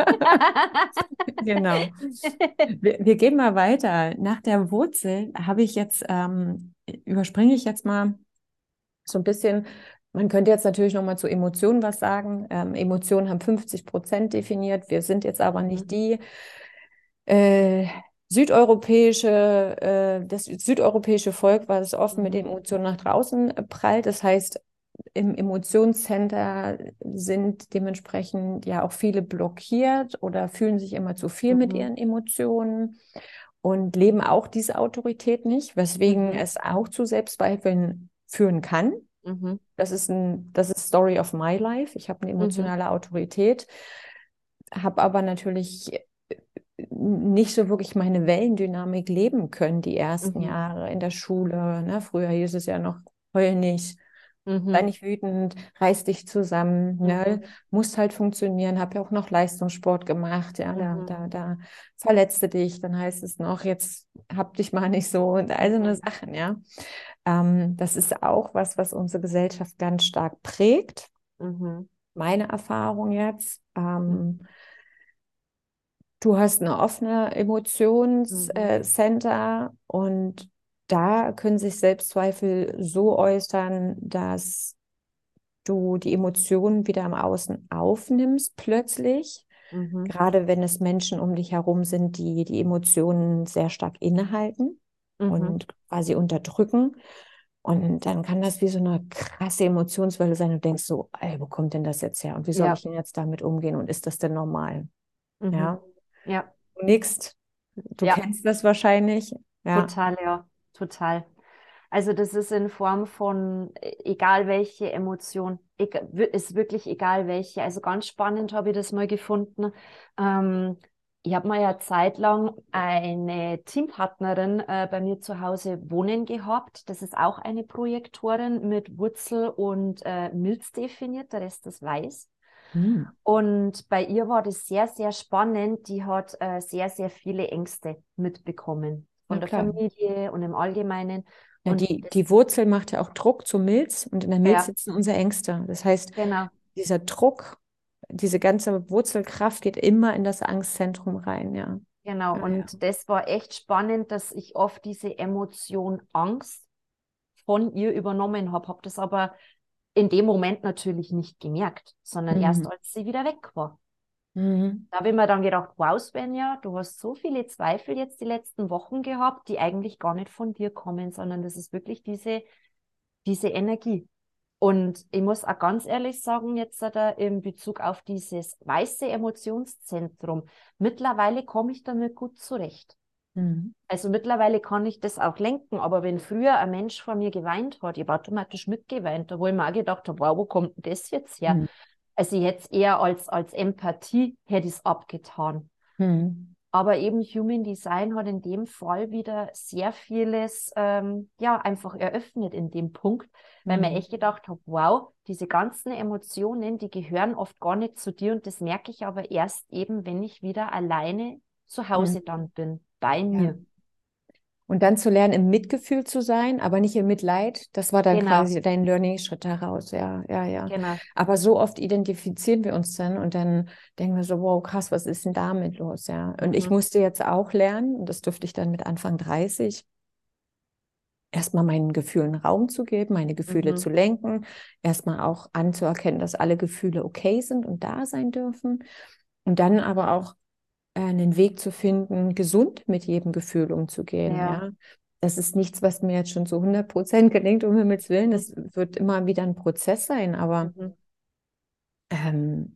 Genau. Wir, wir gehen mal weiter. Nach der Wurzel habe ich jetzt, ähm, überspringe ich jetzt mal so ein bisschen, man könnte jetzt natürlich noch mal zu Emotionen was sagen. Ähm, Emotionen haben fünfzig Prozent definiert. Wir sind jetzt aber Mhm, nicht die äh, südeuropäische, äh, das südeuropäische Volk, was offen mit mhm, den Emotionen nach draußen äh, prallt. Das heißt, im Emotionscenter sind dementsprechend ja auch viele blockiert oder fühlen sich immer zu viel mit mhm, ihren Emotionen und leben auch diese Autorität nicht, weswegen mhm, es auch zu Selbstzweifeln führen kann. Mhm. Das ist ein, das ist Story of my life. Ich habe eine Mhm. emotionale Autorität, habe aber natürlich nicht so wirklich meine Wellendynamik leben können die ersten Mhm. Jahre in der Schule. Ne? Früher hieß es ja noch, heul nicht, sei Mhm. nicht wütend, reiß dich zusammen, ne? Mhm. Muss halt funktionieren. Habe ja auch noch Leistungssport gemacht, ja, da, Mhm. da, da verletzte dich, dann heißt es noch, jetzt hab dich mal nicht so und all so eine Mhm. Sachen, ja. Ähm, das ist auch was, was unsere Gesellschaft ganz stark prägt. Mhm. Meine Erfahrung jetzt. Mhm. Ähm, du hast eine offene Mhm. Emotionscenter und da können sich Selbstzweifel so äußern, dass du die Emotionen wieder im Außen aufnimmst plötzlich, Mhm. gerade wenn es Menschen um dich herum sind, die die Emotionen sehr stark innehalten Mhm. und quasi unterdrücken. Und dann kann das wie so eine krasse Emotionswelle sein. Du denkst so, ey, wo kommt denn das jetzt her? Und wie soll Ja. ich denn jetzt damit umgehen? Und ist das denn normal? Mhm. Ja, Ja. du nickst, du Ja. kennst das wahrscheinlich. Ja. Total, ja. Total. Also das ist in Form von, e- egal welche Emotion, egal, ist wirklich egal welche. Also ganz spannend habe ich das mal gefunden. Ähm, ich habe mal ja zeitlang eine Teampartnerin äh, bei mir zu Hause wohnen gehabt. Das ist auch eine Projektorin mit Wurzel und äh, Milz definiert, der Rest ist weiß. Hm. Und bei ihr war das sehr, sehr spannend. Die hat äh, sehr, sehr viele Ängste mitbekommen Na von der klar. Familie und im Allgemeinen. Ja, Und die, das, die Wurzel macht ja auch Druck zur Milz und in der Milz ja, sitzen unsere Ängste. Das heißt, genau, dieser Druck, diese ganze Wurzelkraft geht immer in das Angstzentrum rein, ja. genau. Ja, ja. Und das war echt spannend, dass ich oft diese Emotion Angst von ihr übernommen habe, habe das aber in dem Moment natürlich nicht gemerkt, sondern erst Mhm. als sie wieder weg war. Mhm. Da habe ich mir dann gedacht, wow, Svenja, du hast so viele Zweifel jetzt die letzten Wochen gehabt, die eigentlich gar nicht von dir kommen, sondern das ist wirklich diese, diese Energie. Und ich muss auch ganz ehrlich sagen, jetzt da in Bezug auf dieses weiße Emotionszentrum, mittlerweile komme ich damit gut zurecht. Mhm. Also mittlerweile kann ich das auch lenken, aber wenn früher ein Mensch vor mir geweint hat, ich habe automatisch mitgeweint, da wo ich mir auch gedacht habe, wow, wo kommt denn das jetzt her? Mhm. Also ich hätte es eher als, als Empathie hätte ich es abgetan. Mhm. Aber eben Human Design hat in dem Fall wieder sehr vieles ähm, ja einfach eröffnet in dem Punkt, weil mir Mhm. echt gedacht habe, wow, diese ganzen Emotionen, die gehören oft gar nicht zu dir und das merke ich aber erst eben, wenn ich wieder alleine zu Hause Mhm. dann bin, bei Ja. mir. Und dann zu lernen, im Mitgefühl zu sein, aber nicht im Mitleid, das war dann Genau, quasi dein Learning-Schritt daraus. Ja, ja, ja. genau. Aber so oft identifizieren wir uns dann und dann denken wir so, wow, krass, was ist denn damit los? Ja. Und ich Mhm. musste jetzt auch lernen, und das durfte ich dann mit Anfang dreißig, erstmal meinen Gefühlen Raum zu geben, meine Gefühle Mhm. zu lenken, erstmal auch anzuerkennen, dass alle Gefühle okay sind und da sein dürfen. Und dann aber auch äh, einen Weg zu finden, gesund mit jedem Gefühl umzugehen. Ja. Ja, das ist nichts, was mir jetzt schon zu hundert Prozent gelingt, um Himmels Willen. Mhm. Das wird immer wieder ein Prozess sein, aber Mhm. ähm,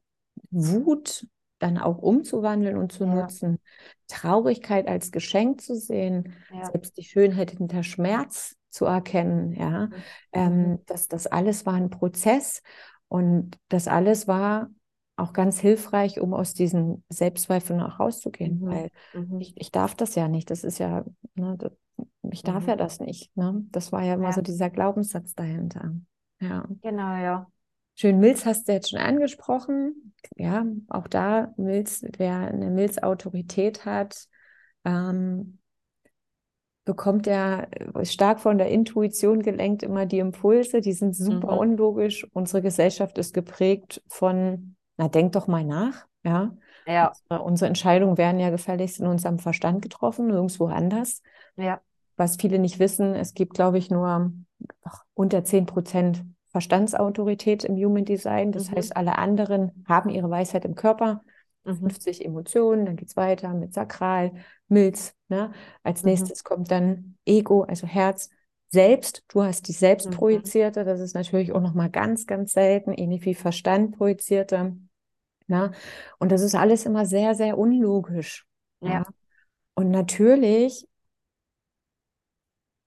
Wut dann auch umzuwandeln und zu Ja. nutzen, Traurigkeit als Geschenk zu sehen, Ja. selbst die Schönheit hinter Schmerz zu erkennen, ja, Mhm. Mhm. ähm, das, das alles war ein Prozess und das alles war auch ganz hilfreich, um aus diesen Selbstzweifeln auch rauszugehen, Mhm. weil Mhm. ich, ich darf das ja nicht, das ist ja, ne, das, ich darf Mhm. ja das nicht, ne? Das war ja immer so Ja, dieser Glaubenssatz dahinter, ja. genau, ja. Schön, Milz hast du jetzt schon angesprochen. Ja, auch da, Milz, wer eine Milz-Autorität hat, ähm, bekommt ja ist stark von der Intuition gelenkt immer die Impulse, die sind super Mhm. unlogisch. Unsere Gesellschaft ist geprägt von, na, denk doch mal nach, ja. Ja, Unsere, unsere Entscheidungen werden ja gefälligst in unserem Verstand getroffen, nirgendwo anders. ja. Was viele nicht wissen, es gibt, glaube ich, nur ach, unter zehn Prozent Verstandsautorität im Human Design. Das Mhm. heißt, alle anderen haben ihre Weisheit im Körper. Mhm. fünfzig Emotionen, dann geht es weiter mit Sakral, Milz. Ne? Als Mhm. nächstes kommt dann Ego, also Herz. Selbst, du hast die Mhm. Selbstprojizierte, das ist natürlich auch nochmal ganz, ganz selten, ähnlich wie Verstand projizierte. Ne? Und das ist alles immer sehr, sehr unlogisch. Ja. Ja? Und natürlich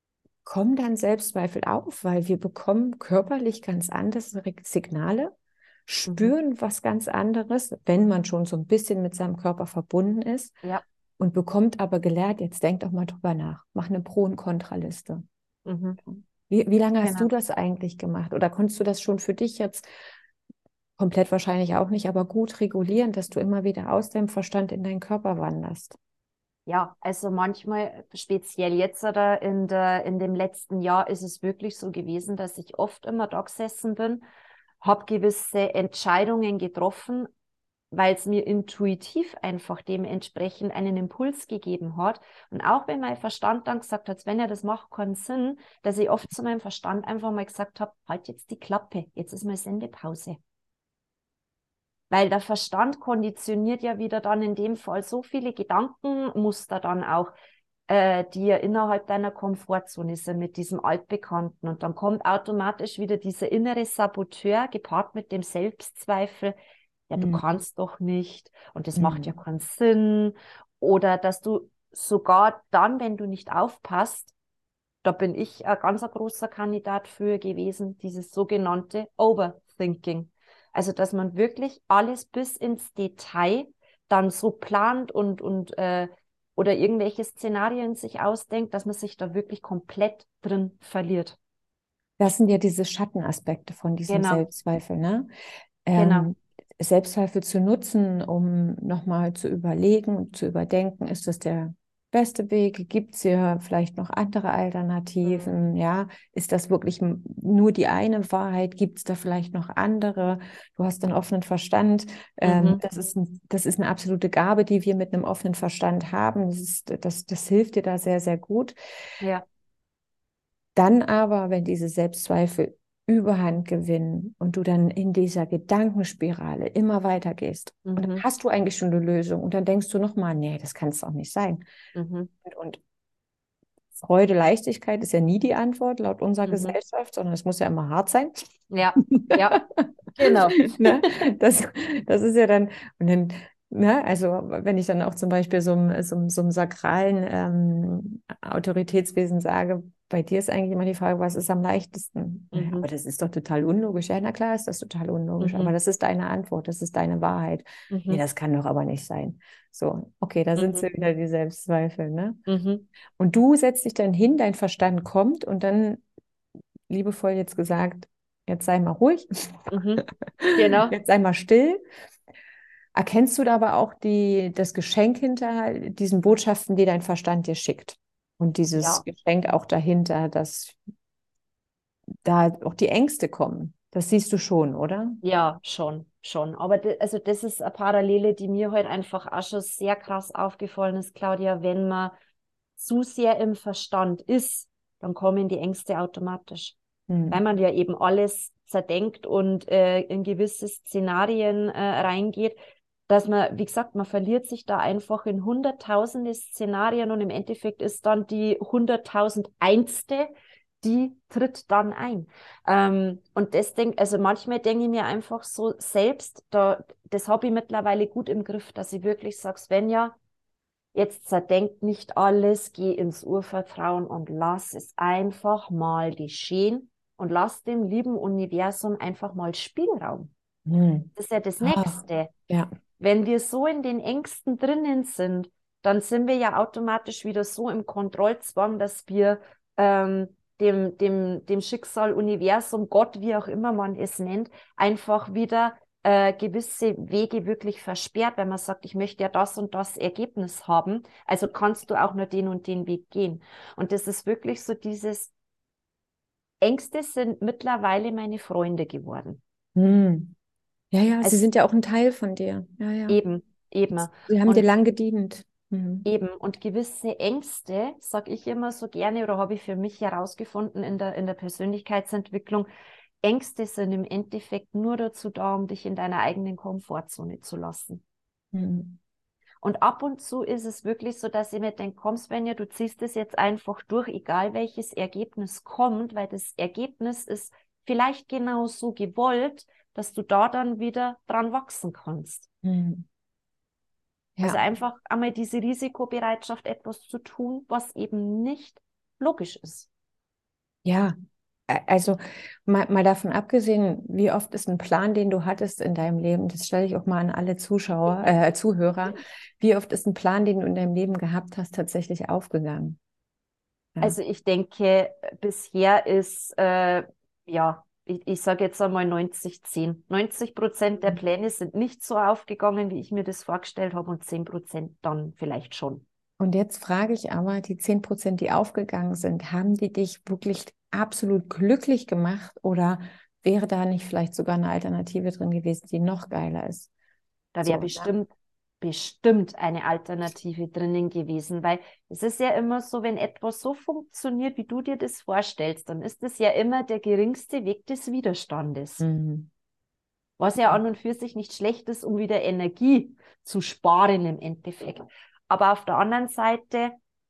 kommen dann Selbstzweifel auf, weil wir bekommen körperlich ganz andere Signale, Mhm. spüren was ganz anderes, wenn man schon so ein bisschen mit seinem Körper verbunden ist Ja. und bekommt aber gelehrt, jetzt denk doch mal drüber nach, mach eine Pro- und Kontraliste. Mhm. Wie, wie lange hast Genau. du das eigentlich gemacht? Oder konntest du das schon für dich jetzt komplett wahrscheinlich auch nicht, aber gut regulieren, dass du immer wieder aus deinem Verstand in deinen Körper wanderst? Ja, also manchmal, speziell jetzt oder in der, in dem letzten Jahr, ist es wirklich so gewesen, dass ich oft immer da gesessen bin, habe gewisse Entscheidungen getroffen, weil es mir intuitiv einfach dementsprechend einen Impuls gegeben hat. Und auch wenn mein Verstand dann gesagt hat, wenn ja, das macht keinen Sinn, dass ich oft zu meinem Verstand einfach mal gesagt habe, halt jetzt die Klappe, jetzt ist mal Sendepause. Weil der Verstand konditioniert ja wieder dann in dem Fall so viele Gedankenmuster dann auch, äh, die ja innerhalb deiner Komfortzone sind mit diesem Altbekannten. Und dann kommt automatisch wieder dieser innere Saboteur gepaart mit dem Selbstzweifel, ja, du Hm. kannst doch nicht und das macht ja Hm. keinen Sinn. Oder dass du sogar dann, wenn du nicht aufpasst, da bin ich ein ganz ein großer Kandidat für gewesen, dieses sogenannte Overthinking. Also, dass man wirklich alles bis ins Detail dann so plant und, und äh, oder irgendwelche Szenarien sich ausdenkt, dass man sich da wirklich komplett drin verliert. Das sind ja diese Schattenaspekte von diesem Genau, Selbstzweifel, ne? genau. Ähm, Selbstzweifel zu nutzen, um nochmal zu überlegen, zu überdenken, ist das der beste Weg? Gibt es hier vielleicht noch andere Mhm. Alternativen? Ja, ist das wirklich m- nur die eine Wahrheit? Gibt es da vielleicht noch andere? Du hast einen offenen Verstand. Ähm, Mhm. das ist ein, das ist eine absolute Gabe, die wir mit einem offenen Verstand haben. Das ist, das, das hilft dir da sehr, sehr gut. Ja. Dann aber, wenn diese Selbstzweifel Überhand gewinnen und du dann in dieser Gedankenspirale immer weiter gehst, und dann Mhm. hast du eigentlich schon eine Lösung und dann denkst du nochmal, nee, das kann es doch nicht sein. Mhm. Und, und Freude, Leichtigkeit ist ja nie die Antwort laut unserer Mhm. Gesellschaft, sondern es muss ja immer hart sein. Ja, ja, genau. Ne? Das, das ist ja dann, und dann, ne, also wenn ich dann auch zum Beispiel so einem, so, einem- so einem sakralen ähm, Autoritätswesen sage, bei dir ist eigentlich immer die Frage, was ist am leichtesten? Ja, Mhm. aber das ist doch total unlogisch. Ja, na klar ist das total unlogisch, aber Mhm. das ist deine Antwort, das ist deine Wahrheit. Nee, Mhm. das kann doch aber nicht sein. So, okay, da sind Mhm. sie wieder die Selbstzweifel, ne? Mhm. Und du setzt dich dann hin, dein Verstand kommt und dann liebevoll jetzt gesagt, jetzt sei mal ruhig, Mhm. Genau. jetzt sei mal still. Erkennst du da aber auch die, das Geschenk hinter diesen Botschaften, die dein Verstand dir schickt? Und dieses Ja. Geschenk auch dahinter, dass da auch die Ängste kommen. Das siehst du schon, oder? Ja, schon, schon. Aber de, also das ist eine Parallele, die mir heute einfach auch schon sehr krass aufgefallen ist, Claudia. Wenn man zu sehr im Verstand ist, dann kommen die Ängste automatisch. Weil Hm. man ja eben alles zerdenkt und äh, in gewisse Szenarien äh, reingeht, dass man, wie gesagt, man verliert sich da einfach in hunderttausende Szenarien und im Endeffekt ist dann die hunderttausendeinste, die tritt dann ein. Ähm, und das denk, also manchmal denke ich mir einfach so selbst, da, das habe ich mittlerweile gut im Griff, dass ich wirklich sage, Svenja, jetzt zerdenk nicht alles, geh ins Urvertrauen und lass es einfach mal geschehen und lass dem lieben Universum einfach mal Spielraum. Hm. Das ist ja das Ah, Nächste. ja. Wenn wir so in den Ängsten drinnen sind, dann sind wir ja automatisch wieder so im Kontrollzwang, dass wir ähm, dem, dem, dem Schicksal, Universum, Gott, wie auch immer man es nennt, einfach wieder äh, gewisse Wege wirklich versperrt, wenn man sagt, ich möchte ja das und das Ergebnis haben. Also kannst du auch nur den und den Weg gehen. Und das ist wirklich so dieses, Ängste sind mittlerweile meine Freunde geworden. Hm. Ja, ja, sie Also sind ja auch ein Teil von dir. Ja, ja. eben, eben. Sie haben dir Und lang gedient. Hm. Eben, und gewisse Ängste, sage ich immer so gerne, oder habe ich für mich herausgefunden in der, in der Persönlichkeitsentwicklung, Ängste sind im Endeffekt nur dazu da, um dich in deiner eigenen Komfortzone zu lassen. Hm. Und ab und zu ist es wirklich so, dass ich mir denke, komm Svenja, du ziehst es jetzt einfach durch, egal welches Ergebnis kommt, weil das Ergebnis ist vielleicht genau so gewollt, dass du da dann wieder dran wachsen kannst. Hm. Also Ja. einfach einmal diese Risikobereitschaft, etwas zu tun, was eben nicht logisch ist. Ja, a- also mal, mal davon abgesehen, wie oft ist ein Plan, den du hattest in deinem Leben, das stelle ich auch mal an alle Zuschauer, äh, Zuhörer, wie oft ist ein Plan, den du in deinem Leben gehabt hast, tatsächlich aufgegangen? Ja. Also ich denke, bisher ist, äh, ja, ich, ich sage jetzt einmal neunzig zehn. neunzig Prozent der Pläne sind nicht so aufgegangen, wie ich mir das vorgestellt habe, und zehn Prozent dann vielleicht schon. Und jetzt frage ich aber, die zehn Prozent, die aufgegangen sind, haben die dich wirklich absolut glücklich gemacht oder wäre da nicht vielleicht sogar eine Alternative drin gewesen, die noch geiler ist? Da wäre So, ne? bestimmt, bestimmt eine Alternative drinnen gewesen, weil es ist ja immer so, wenn etwas so funktioniert, wie du dir das vorstellst, dann ist es ja immer der geringste Weg des Widerstandes. Mhm. Was ja an und für sich nicht schlecht ist, um wieder Energie zu sparen im Endeffekt. Aber auf der anderen Seite,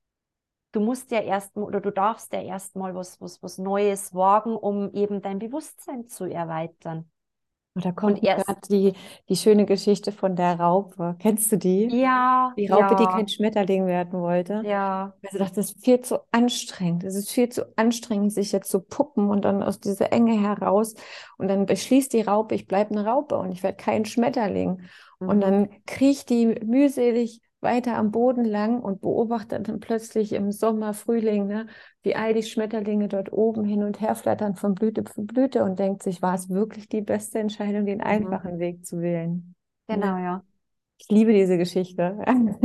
du musst ja erstmal oder du darfst ja erstmal was, was, was Neues wagen, um eben dein Bewusstsein zu erweitern. Und da Und kommt mir erst, gerade die, die schöne Geschichte von der Raupe. Kennst du die? ja, Die Raupe, die kein ja, Schmetterling werden wollte. ja, Also dachte, das ist viel zu anstrengend. Es ist viel zu anstrengend, sich jetzt zu puppen und dann aus dieser Enge heraus. Und dann beschließt die Raupe, ich bleibe eine Raupe und ich werde kein Schmetterling. Und mhm, dann kriecht die mühselig weiter am Boden lang und beobachtet dann plötzlich im Sommer, Frühling, ne, wie all die Schmetterlinge dort oben hin und her flattern von Blüte zu Blüte und denkt sich, war es wirklich die beste Entscheidung, den mhm, einfachen Weg zu wählen? Ne? genau, ja. Ich liebe diese Geschichte.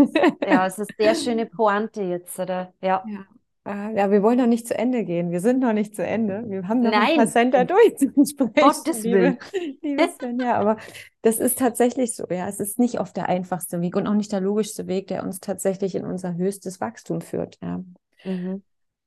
Ja, es ist eine sehr schöne Pointe jetzt, oder? Ja. Ja. Äh, ja, wir wollen noch nicht zu Ende gehen. Wir sind noch nicht zu Ende. Wir haben noch ein paar Nein, Center um durchzusprechen, Gottes liebe, Willen. liebe Svenja. Aber das ist tatsächlich so. Ja, es ist nicht oft der einfachste Weg und auch nicht der logischste Weg, der uns tatsächlich in unser höchstes Wachstum führt. Ja, Mhm.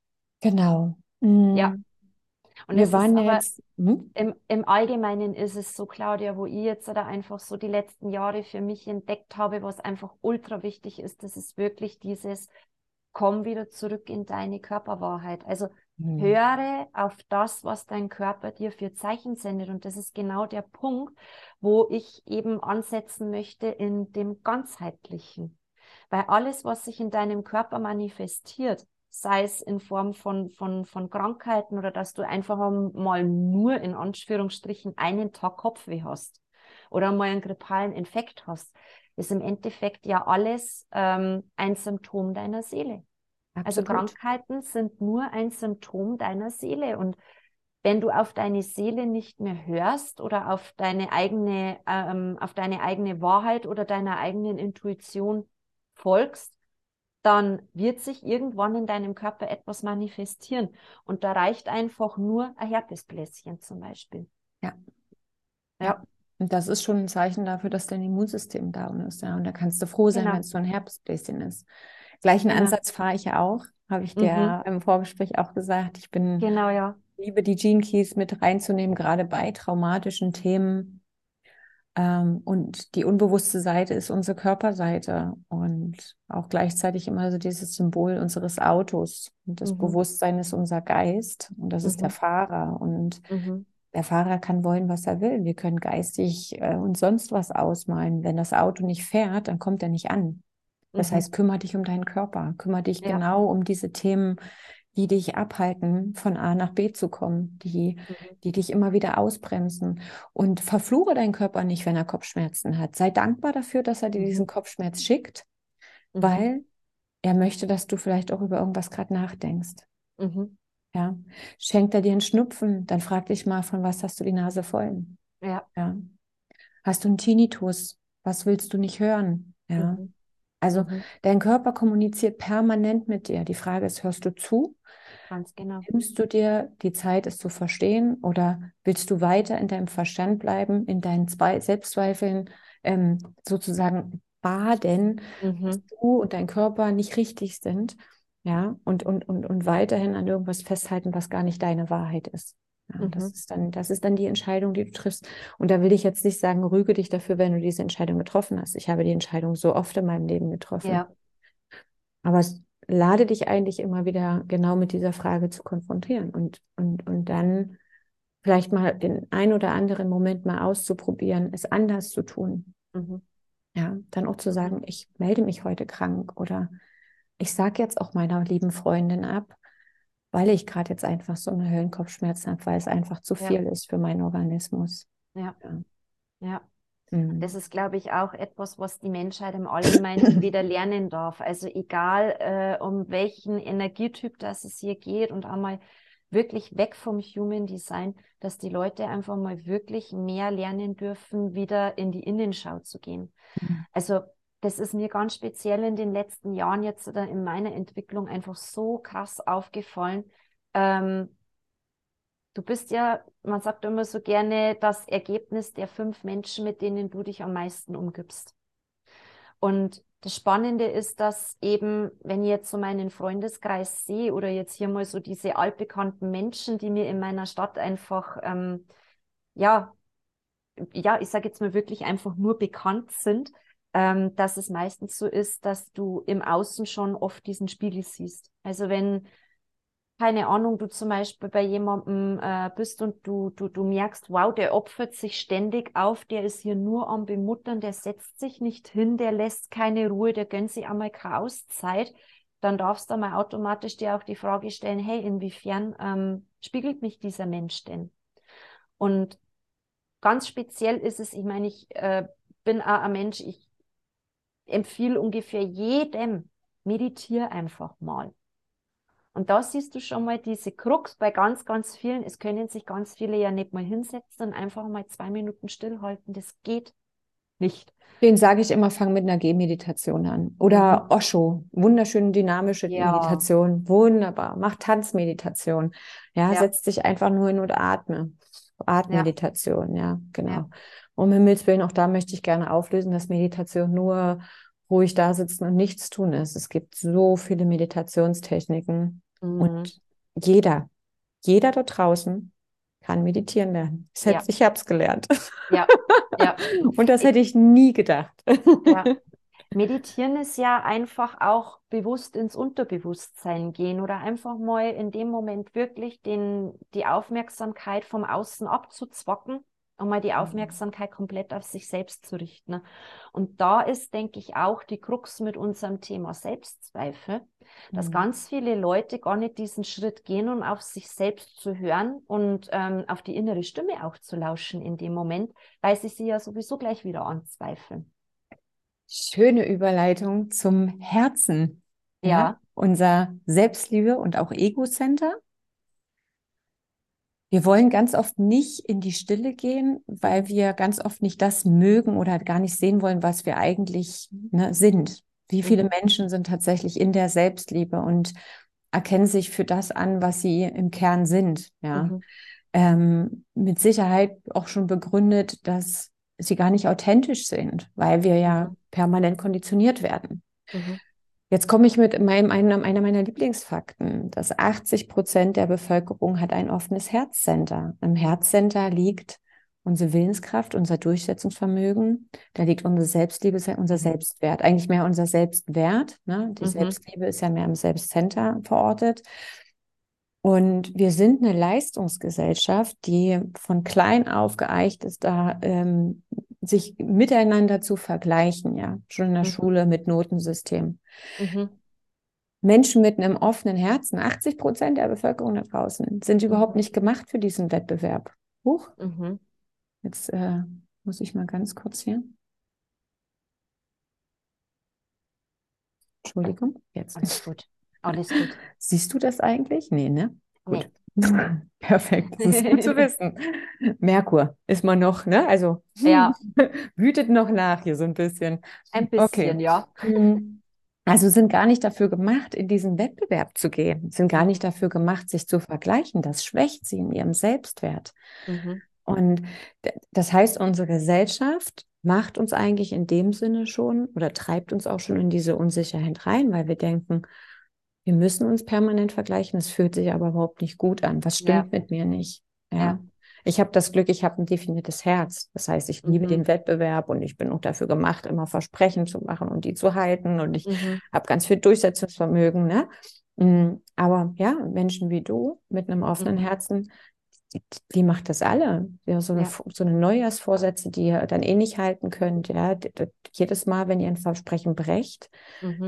genau. Ja, Mm, und Wir es ist waren ja aber jetzt. Hm? im, im Allgemeinen ist es so, Claudia, wo ich jetzt oder einfach so die letzten Jahre für mich entdeckt habe, was einfach ultra wichtig ist, das ist wirklich dieses, komm wieder zurück in deine Körperwahrheit. Also Hm. höre auf das, was dein Körper dir für Zeichen sendet. Und das ist genau der Punkt, wo ich eben ansetzen möchte in dem Ganzheitlichen. Weil alles, was sich in deinem Körper manifestiert, sei es in Form von, von, von Krankheiten oder dass du einfach mal nur in Anführungsstrichen einen Tag Kopfweh hast oder mal einen grippalen Infekt hast, ist im Endeffekt ja alles ähm, ein Symptom deiner Seele. Also Absolut. Krankheiten sind nur ein Symptom deiner Seele. Und wenn du auf deine Seele nicht mehr hörst oder auf deine eigene, ähm, auf deine eigene Wahrheit oder deiner eigenen Intuition folgst, dann wird sich irgendwann in deinem Körper etwas manifestieren. Und da reicht einfach nur ein Herpesbläschen zum Beispiel. Ja, ja. Ja, Und das ist schon ein Zeichen dafür, dass dein Immunsystem down ist. Ja, und da kannst du froh sein, wenn genau, es so ein Herbstbläschen ist. Gleichen genau. Ansatz fahre ich ja auch, habe ich Mhm. dir im Vorgespräch auch gesagt. Ich bin, Genau, ja. liebe die Gene Keys mit reinzunehmen, gerade bei traumatischen Themen. Ähm, und die unbewusste Seite ist unsere Körperseite und auch gleichzeitig immer so dieses Symbol unseres Autos. Und das Mhm. Bewusstsein ist unser Geist und das ist der Mhm. Fahrer. Und Mhm. der Fahrer kann wollen, was er will. Wir können geistig äh, uns sonst was ausmalen. Wenn das Auto nicht fährt, dann kommt er nicht an. Das Mhm. heißt, kümmere dich um deinen Körper, kümmere dich Ja. genau um diese Themen, die dich abhalten, von A nach B zu kommen, die, Mhm. die dich immer wieder ausbremsen. Und verfluche deinen Körper nicht, wenn er Kopfschmerzen hat. Sei dankbar dafür, dass er dir Mhm. diesen Kopfschmerz schickt, Mhm. weil er möchte, dass du vielleicht auch über irgendwas gerade nachdenkst. Mhm. Ja. Schenkt er dir einen Schnupfen, dann frag dich mal, von was hast du die Nase voll? Ja. Ja. Hast du einen Tinnitus? Was willst du nicht hören? Ja. Mhm. Also Mhm. dein Körper kommuniziert permanent mit dir. Die Frage ist, hörst du zu? Ganz genau. Nimmst du dir die Zeit, es zu verstehen, oder willst du weiter in deinem Verstand bleiben, in deinen Zwei Selbstzweifeln ähm, sozusagen baden, dass Mhm. du und dein Körper nicht richtig sind, ja, und, und, und, und weiterhin an irgendwas festhalten, was gar nicht deine Wahrheit ist. Ja, das Mhm. ist dann, das ist dann die Entscheidung, die du triffst. Und da will ich jetzt nicht sagen, rüge dich dafür, wenn du diese Entscheidung getroffen hast. Ich habe die Entscheidung so oft in meinem Leben getroffen. Ja. Aber es lade dich eigentlich immer wieder genau mit dieser Frage zu konfrontieren und, und, und dann vielleicht mal den ein oder anderen Moment mal auszuprobieren, es anders zu tun. Mhm. Ja, dann auch zu Mhm. sagen, ich melde mich heute krank oder ich sage jetzt auch meiner lieben Freundin ab, weil ich gerade jetzt einfach so eine Höllenkopfschmerzen habe, weil es einfach zu Ja, viel ist für meinen Organismus. ja, Ja. ja. Das Mhm. ist, glaube ich, auch etwas, was die Menschheit im Allgemeinen wieder lernen darf. Also egal, äh, um welchen Energietyp das es hier geht und einmal wirklich weg vom Human Design, dass die Leute einfach mal wirklich mehr lernen dürfen, wieder in die Innenschau zu gehen. Also das ist mir ganz speziell in den letzten Jahren jetzt oder in meiner Entwicklung einfach so krass aufgefallen. Ähm, Du bist ja, man sagt immer so gerne, das Ergebnis der fünf Menschen, mit denen du dich am meisten umgibst. Und das Spannende ist, dass eben, wenn ich jetzt so meinen Freundeskreis sehe oder jetzt hier mal so diese altbekannten Menschen, die mir in meiner Stadt einfach, ähm, ja, ja, ich sage jetzt mal wirklich einfach nur bekannt sind, ähm, dass es meistens so ist, dass du im Außen schon oft diesen Spiegel siehst. Also wenn keine Ahnung, du zum Beispiel bei jemandem äh, bist und du, du, du merkst, wow, der opfert sich ständig auf, der ist hier nur am Bemuttern, der setzt sich nicht hin, der lässt keine Ruhe, der gönnt sich einmal keine Auszeit, dann darfst du mal automatisch dir auch die Frage stellen, hey, inwiefern ähm, spiegelt mich dieser Mensch denn? Und ganz speziell ist es, ich meine, ich äh, bin auch ein Mensch, ich empfehle ungefähr jedem, meditiere einfach mal. Und da siehst du schon mal diese Krux bei ganz, ganz vielen. Es können sich ganz viele ja nicht mal hinsetzen und einfach mal zwei Minuten stillhalten. Das geht nicht. Den sage ich immer, fang mit einer Gehmeditation an. Oder Mhm. Osho, wunderschöne dynamische Ja, Meditation, wunderbar. Mach Tanzmeditation. Ja, ja, setz dich einfach nur hin und atme. ja, Atmeditation, ja, ja. genau. Um Himmels Willen, auch da möchte ich gerne auflösen, dass Meditation nur ruhig da sitzen und nichts tun ist. Es gibt so viele Meditationstechniken und Mhm. jeder, jeder dort draußen kann meditieren lernen. Ja, Selbst ich habe es gelernt. ja, ja. Und das Ich, hätte ich nie gedacht. ja. Meditieren ist ja einfach auch bewusst ins Unterbewusstsein gehen oder einfach mal in dem Moment wirklich den, die Aufmerksamkeit vom Außen abzuzwacken und mal die Aufmerksamkeit komplett auf sich selbst zu richten. Und da ist, denke ich, auch die Krux mit unserem Thema Selbstzweifel, dass Mhm. ganz viele Leute gar nicht diesen Schritt gehen, um auf sich selbst zu hören und ähm, auf die innere Stimme auch zu lauschen in dem Moment, weil sie sie ja sowieso gleich wieder anzweifeln. Schöne Überleitung zum Herzen. Ja, Ja. unser Selbstliebe und auch Ego-Center. Wir wollen ganz oft nicht in die Stille gehen, weil wir ganz oft nicht das mögen oder gar nicht sehen wollen, was wir eigentlich, ne, sind. Wie viele Mhm. Menschen sind tatsächlich in der Selbstliebe und erkennen sich für das an, was sie im Kern sind. Ja, Mhm. ähm, mit Sicherheit auch schon begründet, dass sie gar nicht authentisch sind, weil wir ja Mhm. permanent konditioniert werden. Mhm. Jetzt komme ich mit meinem, einem, einer meiner Lieblingsfakten, dass achtzig Prozent der Bevölkerung hat ein offenes Herzcenter. Im Herzcenter liegt unsere Willenskraft, unser Durchsetzungsvermögen, da liegt unsere Selbstliebe, unser Mhm. Selbstwert, eigentlich mehr unser Selbstwert. Ne? Die Mhm. Selbstliebe ist ja mehr im Selbstcenter verortet. Und wir sind eine Leistungsgesellschaft, die von klein auf geeicht ist, da ähm, sich miteinander zu vergleichen, ja, schon in der Mhm. Schule mit Notensystem. Mhm. Menschen mit einem offenen Herzen, achtzig Prozent der Bevölkerung da draußen, sind überhaupt Mhm. nicht gemacht für diesen Wettbewerb. Huch, Mhm. jetzt äh, muss ich mal ganz kurz hier. Entschuldigung, jetzt. Alles gut. Alles gut. Siehst du das eigentlich? Nee, ne? Gut. Nee. Perfekt, das ist gut zu wissen. Merkur ist man noch, ne? Also Ja, wütet noch nach hier so ein bisschen. ein bisschen, Okay. ja. Hm. Also sind gar nicht dafür gemacht, in diesen Wettbewerb zu gehen, sind gar Mhm. nicht dafür gemacht, sich zu vergleichen. Das schwächt sie in ihrem Selbstwert. Mhm. Und d- das heißt, unsere Gesellschaft macht uns eigentlich in dem Sinne schon oder treibt uns auch schon in diese Unsicherheit rein, weil wir denken, wir müssen uns permanent vergleichen. Es fühlt sich aber überhaupt nicht gut an. Was Ja, stimmt mit mir nicht? Ja. ja. Ich habe das Glück, ich habe ein definiertes Herz. Das heißt, ich liebe Mhm. den Wettbewerb und ich bin auch dafür gemacht, immer Versprechen zu machen und die zu halten. Und ich Mhm. habe ganz viel Durchsetzungsvermögen. Ne? Mm, Aber ja, Menschen wie du mit einem offenen Mhm. Herzen, die, die macht das alle. Ja, so eine, Ja. so eine Neujahrsvorsätze, die ihr dann eh nicht halten könnt. Ja? D- d- Jedes Mal, wenn ihr ein Versprechen brecht, Mhm.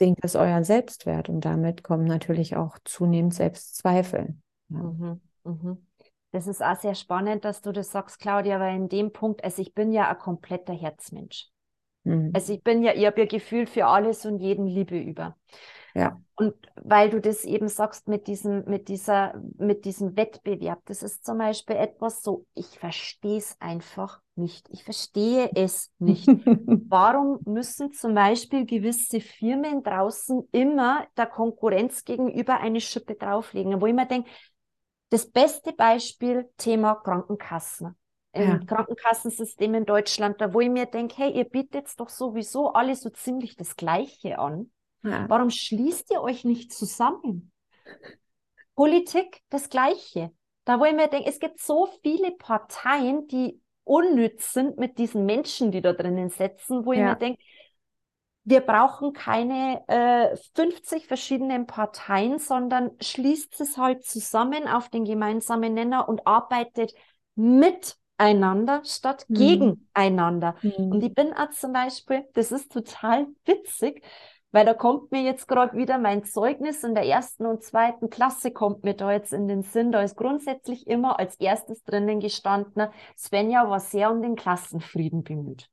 sinkt es euren Selbstwert und damit kommen natürlich auch zunehmend Selbstzweifel. Ja. Mhm. Mhm. Das ist auch sehr spannend, dass du das sagst, Claudia, weil in dem Punkt, also ich bin ja ein kompletter Herzmensch. Mhm. Also ich bin ja, ich habe ja Gefühl für alles und jeden Liebe über. Ja. Und weil du das eben sagst mit diesem, mit dieser, mit diesem Wettbewerb, das ist zum Beispiel etwas so, ich verstehe es einfach nicht. Ich verstehe es nicht. Warum müssen zum Beispiel gewisse Firmen draußen immer der Konkurrenz gegenüber eine Schippe drauflegen? Wo ich mir denke, das beste Beispiel, Thema Krankenkassen. Ja. Im Krankenkassensystem in Deutschland, da wo ich mir denke, hey, ihr bietet doch sowieso alle so ziemlich das Gleiche an. Ja. Warum schließt ihr euch nicht zusammen? Politik, das Gleiche. Da wo ich mir denke, es gibt so viele Parteien, die unnütz sind mit diesen Menschen, die da drinnen sitzen, wo ich Ja. mir denke, wir brauchen keine äh, fünfzig verschiedenen Parteien, sondern schließt es halt zusammen auf den gemeinsamen Nenner und arbeitet miteinander statt Mhm. gegeneinander. Mhm. Und ich bin auch zum Beispiel, das ist total witzig, weil da kommt mir jetzt gerade wieder mein Zeugnis in der ersten und zweiten Klasse, kommt mir da jetzt in den Sinn. Da ist grundsätzlich immer als erstes drinnen gestanden, Svenja war sehr um den Klassenfrieden bemüht.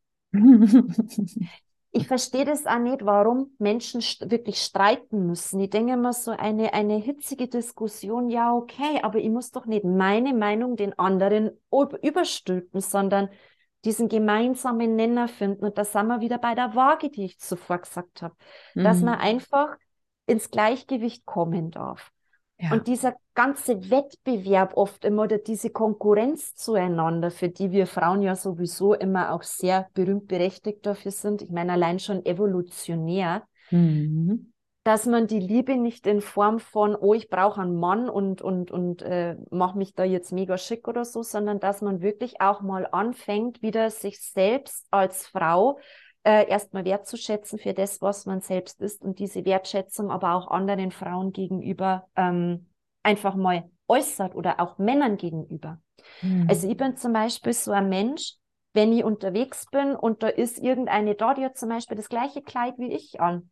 Ich verstehe das auch nicht, warum Menschen st wirklich streiten müssen. Ich denke immer so eine, eine hitzige Diskussion, ja okay, aber ich muss doch nicht meine Meinung den anderen überstülpen, sondern diesen gemeinsamen Nenner finden. Und da sind wir wieder bei der Waage, die ich zuvor gesagt habe, mhm. dass man einfach ins Gleichgewicht kommen darf. Ja. Und dieser ganze Wettbewerb oft immer oder diese Konkurrenz zueinander, für die wir Frauen ja sowieso immer auch sehr berühmt berechtigt dafür sind, ich meine allein schon evolutionär, mhm. dass man die Liebe nicht in Form von, oh, ich brauche einen Mann und, und, und äh, mache mich da jetzt mega schick oder so, sondern dass man wirklich auch mal anfängt, wieder sich selbst als Frau Äh, erstmal wertzuschätzen für das, was man selbst ist und diese Wertschätzung aber auch anderen Frauen gegenüber ähm, einfach mal äußert oder auch Männern gegenüber. Mhm. Also ich bin zum Beispiel so ein Mensch, wenn ich unterwegs bin und da ist irgendeine da, die hat zum Beispiel das gleiche Kleid wie ich an.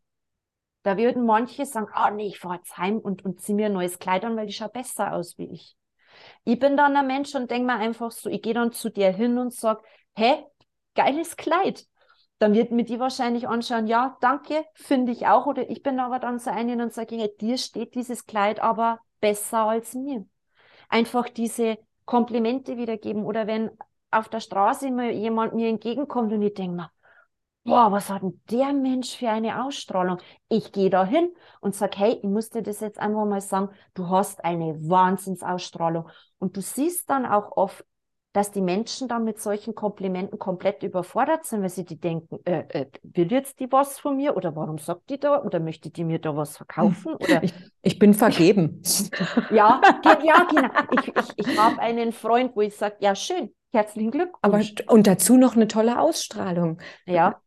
Da würden manche sagen, ah oh, nee, ich fahre jetzt heim und, und ziehe mir ein neues Kleid an, weil die schaut besser aus wie ich. Ich bin dann ein Mensch und denke mir einfach so, ich gehe dann zu dir hin und sage, hä, geiles Kleid. Dann wird mir die wahrscheinlich anschauen, ja, danke, finde ich auch. Oder ich bin aber dann so eine und sage, ja, dir steht dieses Kleid aber besser als mir. Einfach diese Komplimente wiedergeben. Oder wenn auf der Straße mal jemand mir entgegenkommt und ich denke mir, boah, was hat denn der Mensch für eine Ausstrahlung? Ich gehe da hin und sage, hey, ich muss dir das jetzt einfach mal sagen, du hast eine Wahnsinnsausstrahlung. Und du siehst dann auch oft, dass die Menschen dann mit solchen Komplimenten komplett überfordert sind, weil sie die denken, äh, äh, will jetzt die was von mir oder warum sagt die da oder möchte die mir da was verkaufen? Oder ich, ich bin vergeben. ja, ja, genau. Ich, ich, ich habe einen Freund, wo ich sage, ja schön, herzlichen Glückwunsch. Aber und dazu noch eine tolle Ausstrahlung. Ja.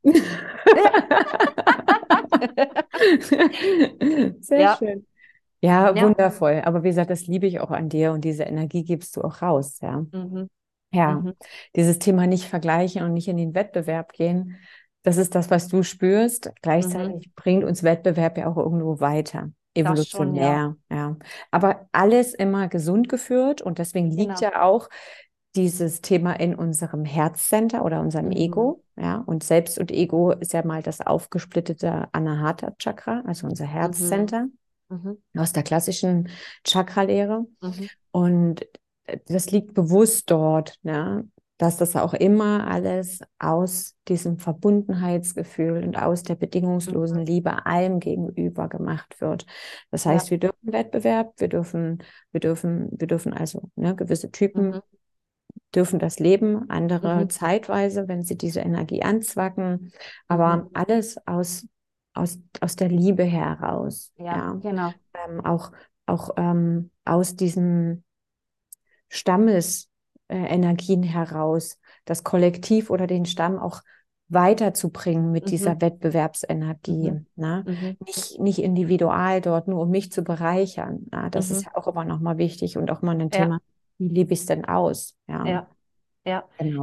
Sehr ja. schön. Ja, ja, wundervoll. Aber wie gesagt, das liebe ich auch an dir und diese Energie gibst du auch raus, ja. Mhm. Ja, Mhm. dieses Thema nicht vergleichen und nicht in den Wettbewerb gehen, das ist das, was du spürst. Gleichzeitig mhm. bringt uns Wettbewerb ja auch irgendwo weiter, evolutionär. Schon, ja. ja. Aber alles immer gesund geführt und deswegen liegt genau. ja auch dieses Thema in unserem Herzcenter oder unserem mhm. Ego. Ja, und Selbst und Ego ist ja mal das aufgesplittete Anahata-Chakra, also unser Herzcenter mhm. Mhm. aus der klassischen Chakra-Lehre. Mhm. Und das liegt bewusst dort, ne? Dass das auch immer alles aus diesem Verbundenheitsgefühl und aus der bedingungslosen mhm. Liebe allem gegenüber gemacht wird. Das heißt, ja. wir dürfen Wettbewerb, wir dürfen, wir dürfen, wir dürfen also ne, gewisse Typen mhm. dürfen das leben, andere mhm. zeitweise, wenn sie diese Energie anzwacken, aber mhm. alles aus, aus, aus der Liebe heraus. Ja, ja. genau. Ähm, auch auch ähm, aus diesem Stammesenergien äh, heraus, das Kollektiv oder den Stamm auch weiterzubringen mit mhm. dieser Wettbewerbsenergie. Mhm. Ne? Mhm. Nicht, nicht individual dort, nur um mich zu bereichern. Na? Das mhm. ist ja auch immer nochmal wichtig und auch mal ein Thema, ja. wie lebe ich es denn aus? Ja, ja. ja. Genau. Das,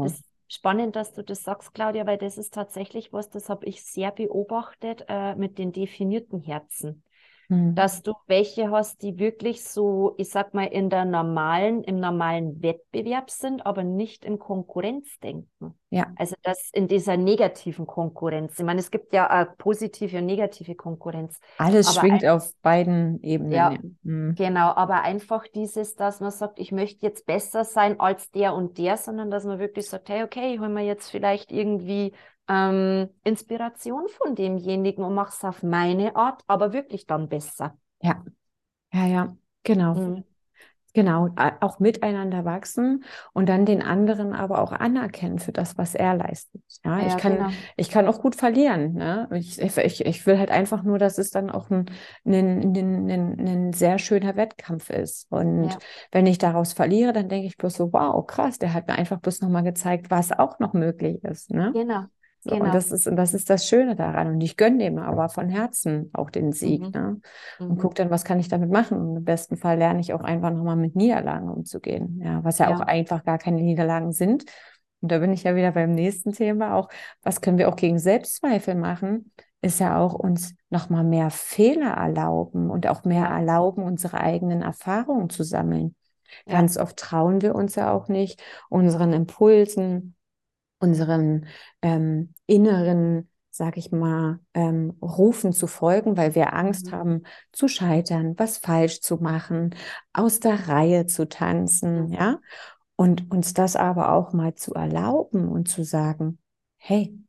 spannend, dass du das sagst, Claudia, weil das ist tatsächlich was, das habe ich sehr beobachtet äh, mit den definierten Herzen. Hm. Dass du welche hast, die wirklich so, ich sag mal, in der normalen, im normalen Wettbewerb sind, aber nicht im Konkurrenzdenken. Ja, Also das in dieser negativen Konkurrenz. Ich meine, es gibt ja auch positive und negative Konkurrenz. alles Aber schwingt auf beiden Ebenen. Ja. ja, Hm. genau, aber einfach dieses, dass man sagt, ich möchte jetzt besser sein als der und der, sondern dass man wirklich sagt, hey, okay, ich hole mir jetzt vielleicht irgendwie ähm, Inspiration von demjenigen und mache es auf meine Art, aber wirklich dann besser. Ja, ja, ja, genau. Mhm. Genau, a- auch miteinander wachsen und dann den anderen aber auch anerkennen für das, was er leistet. Ja, ich Ja, kann, genau. ich kann auch gut verlieren. Ne? Ich, ich, ich will halt einfach nur, dass es dann auch ein, ein, ein, ein, ein sehr schöner Wettkampf ist. Und Ja, wenn ich daraus verliere, dann denke ich bloß so, wow, krass, der hat mir einfach bloß nochmal gezeigt, was auch noch möglich ist. Ne? genau, So, und genau. das ist, und das ist das Schöne daran. Und ich gönne dem aber von Herzen auch den Sieg. Mhm. Ne? Und Mhm. gucke dann, was kann ich damit machen? Und im besten Fall lerne ich auch einfach nochmal mit Niederlagen umzugehen. Ja, was ja auch Ja, einfach gar keine Niederlagen sind. Und da bin ich ja wieder beim nächsten Thema auch. Was können wir auch gegen Selbstzweifel machen? Ist ja auch uns nochmal mehr Fehler erlauben und auch mehr ja, erlauben, unsere eigenen Erfahrungen zu sammeln. ja. Ganz oft trauen wir uns ja auch nicht, unseren Impulsen, unseren ähm, inneren, sag ich mal, ähm, Rufen zu folgen, weil wir Angst Mhm. haben zu scheitern, was falsch zu machen, aus der Reihe zu tanzen, Mhm. ja, und uns das aber auch mal zu erlauben und zu sagen, hey,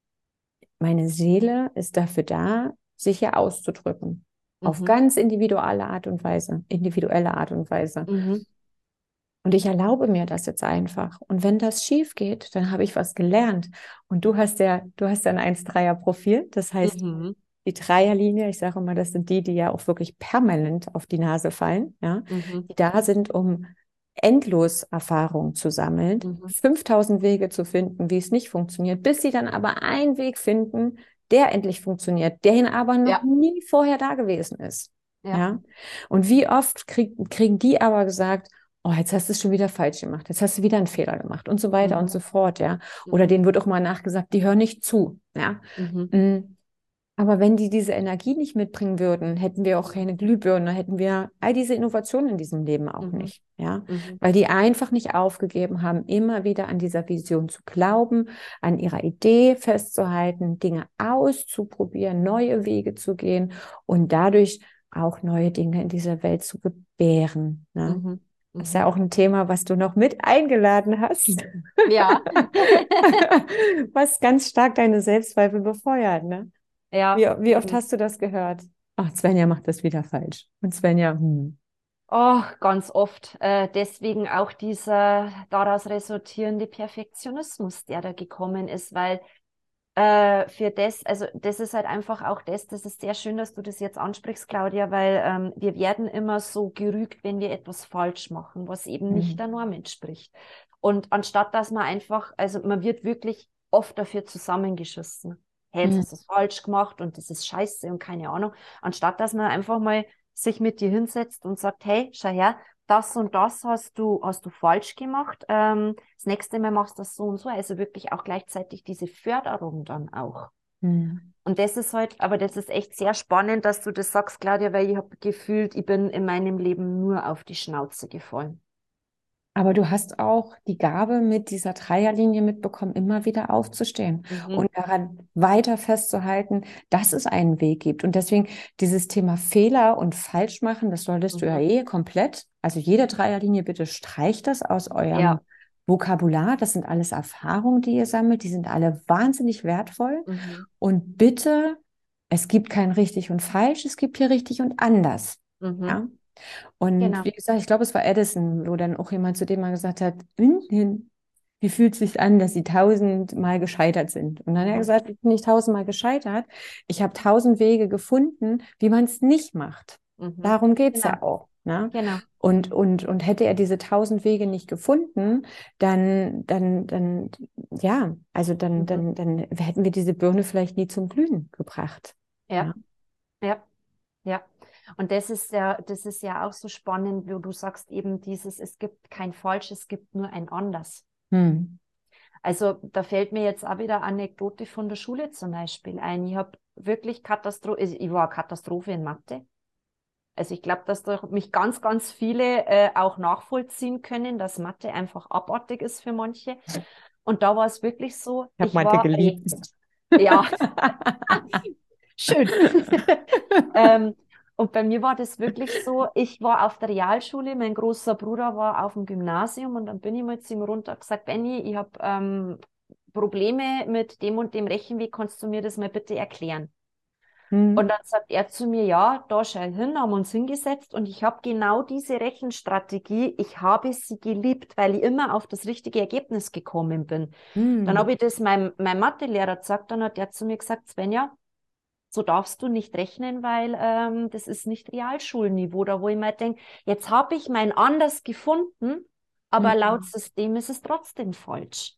meine Seele ist dafür da, sich hier auszudrücken, auf Mhm. ganz individuelle Art und Weise, individuelle Art und Weise. Mhm. Und ich erlaube mir das jetzt einfach. Und wenn das schief geht, dann habe ich was gelernt. Und du hast ja, du hast ja ein eins-Dreier-Profil. Das heißt, Mhm. die Dreierlinie, ich sage immer, das sind die, die ja auch wirklich permanent auf die Nase fallen, ja, Mhm. die da sind, um endlos Erfahrung zu sammeln, Mhm. fünftausend Wege zu finden, wie es nicht funktioniert, bis sie dann aber einen Weg finden, der endlich funktioniert, der ihnen aber noch Ja, nie vorher da gewesen ist. ja. Ja. Und wie oft krieg, kriegen die aber gesagt, oh, jetzt hast du es schon wieder falsch gemacht, jetzt hast du wieder einen Fehler gemacht und so weiter und Mhm. so fort, ja. Oder Mhm. denen wird auch mal nachgesagt, die hören nicht zu, ja. Mhm. Mm. Aber wenn die diese Energie nicht mitbringen würden, hätten wir auch keine Glühbirne, hätten wir all diese Innovationen in diesem Leben auch Mhm. nicht, ja. Mhm. Weil die einfach nicht aufgegeben haben, immer wieder an dieser Vision zu glauben, an ihrer Idee festzuhalten, Dinge auszuprobieren, neue Wege zu gehen und dadurch auch neue Dinge in dieser Welt zu gebären, ne? Mhm. Das ist ja Mhm. auch ein Thema, was du noch mit eingeladen hast, Ja. was ganz stark deine Selbstzweifel befeuert, ne? Wie, Ja, wie oft eben. hast du das gehört? Ach, Svenja macht das wieder falsch. Und Svenja, hm. Oh, ganz oft. Äh, deswegen auch dieser daraus resultierende Perfektionismus, der da gekommen ist, weil äh, für das, also das ist halt einfach auch das, das ist sehr schön, dass du das jetzt ansprichst, Claudia, weil ähm, wir werden immer so gerügt, wenn wir etwas falsch machen, was eben nicht Hm. der Norm entspricht. Und anstatt dass man einfach, also man wird wirklich oft dafür zusammengeschissen. Hey, jetzt Hm. hast du es falsch gemacht und das ist scheiße und keine Ahnung. Anstatt dass man einfach mal sich mit dir hinsetzt und sagt, hey, schau her, das und das hast du, hast du falsch gemacht. Ähm, das nächste Mal machst du das so und so. Also wirklich auch gleichzeitig diese Förderung dann auch. Hm. Und das ist halt, aber das ist echt sehr spannend, dass du das sagst, Claudia, weil ich habe gefühlt, ich bin in meinem Leben nur auf die Schnauze gefallen. Aber du hast auch die Gabe, mit dieser Dreierlinie mitbekommen, immer wieder aufzustehen Mhm. und daran weiter festzuhalten, dass es einen Weg gibt. Und deswegen dieses Thema Fehler und Falschmachen, das solltest du ja Mhm. eh komplett, also jede Dreierlinie, bitte streicht das aus eurem Ja. Vokabular. Das sind alles Erfahrungen, die ihr sammelt. Die sind alle wahnsinnig wertvoll. Mhm. Und bitte, es gibt kein richtig und falsch, es gibt hier richtig und anders. Mhm. Ja? Und Genau. wie gesagt, ich glaube, es war Edison, wo dann auch jemand zu dem mal gesagt hat, "Hm, wie fühlt es sich an, dass sie tausendmal gescheitert sind?" Und dann hat er Mhm. gesagt, ich bin nicht tausendmal gescheitert. Ich habe tausend Wege gefunden, wie man es nicht macht. Mhm. Darum geht es Genau. ja auch. Ne? Genau. Und, und, und hätte er diese tausend Wege nicht gefunden, dann, dann, dann, ja, also dann, Mhm. dann, dann hätten wir diese Birne vielleicht nie zum Glühen gebracht. Ja. Ja. Ja. Ja. Und das ist ja, das ist ja auch so spannend, wo du sagst eben dieses, es gibt kein Falsch, es gibt nur ein Anders. Hm. Also da fällt mir jetzt auch wieder eine Anekdote von der Schule zum Beispiel ein. Ich habe wirklich Katastrophe, ich war eine Katastrophe in Mathe. Also ich glaube, dass da mich ganz, ganz viele äh, auch nachvollziehen können, dass Mathe einfach abartig ist für manche. Und da war es wirklich so, Ich habe ich Mathe war, geliebt. ja, schön. ähm, und bei mir war das wirklich so, ich war auf der Realschule, mein großer Bruder war auf dem Gymnasium und dann bin ich mal zu ihm runter und gesagt, Benni, ich habe ähm, Probleme mit dem und dem Rechenweg, kannst du mir das mal bitte erklären? Und Hm. dann sagt er zu mir, ja, da schau hin, haben wir uns hingesetzt und ich habe genau diese Rechenstrategie, ich habe sie geliebt, weil ich immer auf das richtige Ergebnis gekommen bin. Dann Hm. habe ich das meinem, meinem Mathelehrer gesagt, dann hat der zu mir gesagt, Svenja, so darfst du nicht rechnen, weil ähm, das ist nicht Realschulniveau, da wo ich mir denke, jetzt habe ich mein anders gefunden, aber laut Hm. System ist es trotzdem falsch.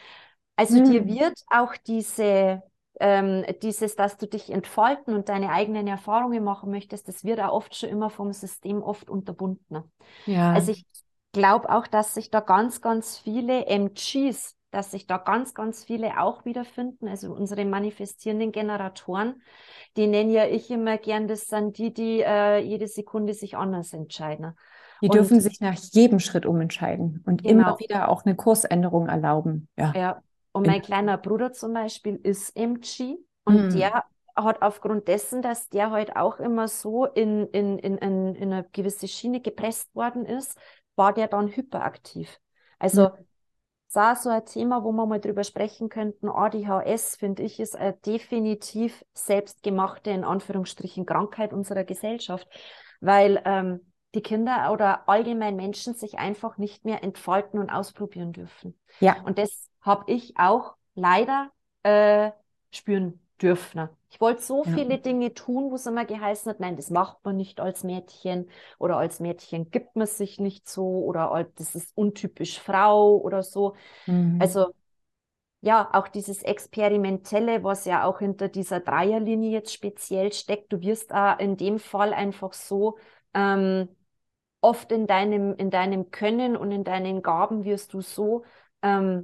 Also dir Hm. wird auch diese, ähm, dieses, dass du dich entfalten und deine eigenen Erfahrungen machen möchtest, das wird auch oft schon immer vom System oft unterbunden. Ja, Also ich glaube auch, dass sich da ganz, ganz viele M Gs, dass sich da ganz, ganz viele auch wiederfinden. Also unsere manifestierenden Generatoren, die nenne ja ich immer gern, das sind die, die äh, jede Sekunde sich anders entscheiden. die dürfen Und sich nach jedem Schritt umentscheiden und immer genau, wieder auch eine Kursänderung erlauben. Ja. ja. Und In, mein kleiner Bruder zum Beispiel ist M G und hm. der hat aufgrund dessen, dass der halt auch immer so in, in, in, in, in eine gewisse Schiene gepresst worden ist, war der dann hyperaktiv. Hm. Also sah so ein Thema, wo wir mal drüber sprechen könnten. A D H S, finde ich, ist eine definitiv selbstgemachte, in Anführungsstrichen, Krankheit unserer Gesellschaft, weil ähm, die Kinder oder allgemein Menschen sich einfach nicht mehr entfalten und ausprobieren dürfen. Ja, Und das habe ich auch leider äh, spüren dürfen. Ich wollte so ja. viele Dinge tun, wo es immer geheißen hat, nein, das macht man nicht als Mädchen oder als Mädchen gibt man sich nicht so oder als- das ist untypisch Frau oder so. Hm. Also ja, auch dieses Experimentelle, was ja auch hinter dieser Dreierlinie jetzt speziell steckt, du wirst auch in dem Fall einfach so ähm, oft in deinem, in deinem Können und in deinen Gaben wirst du so ähm,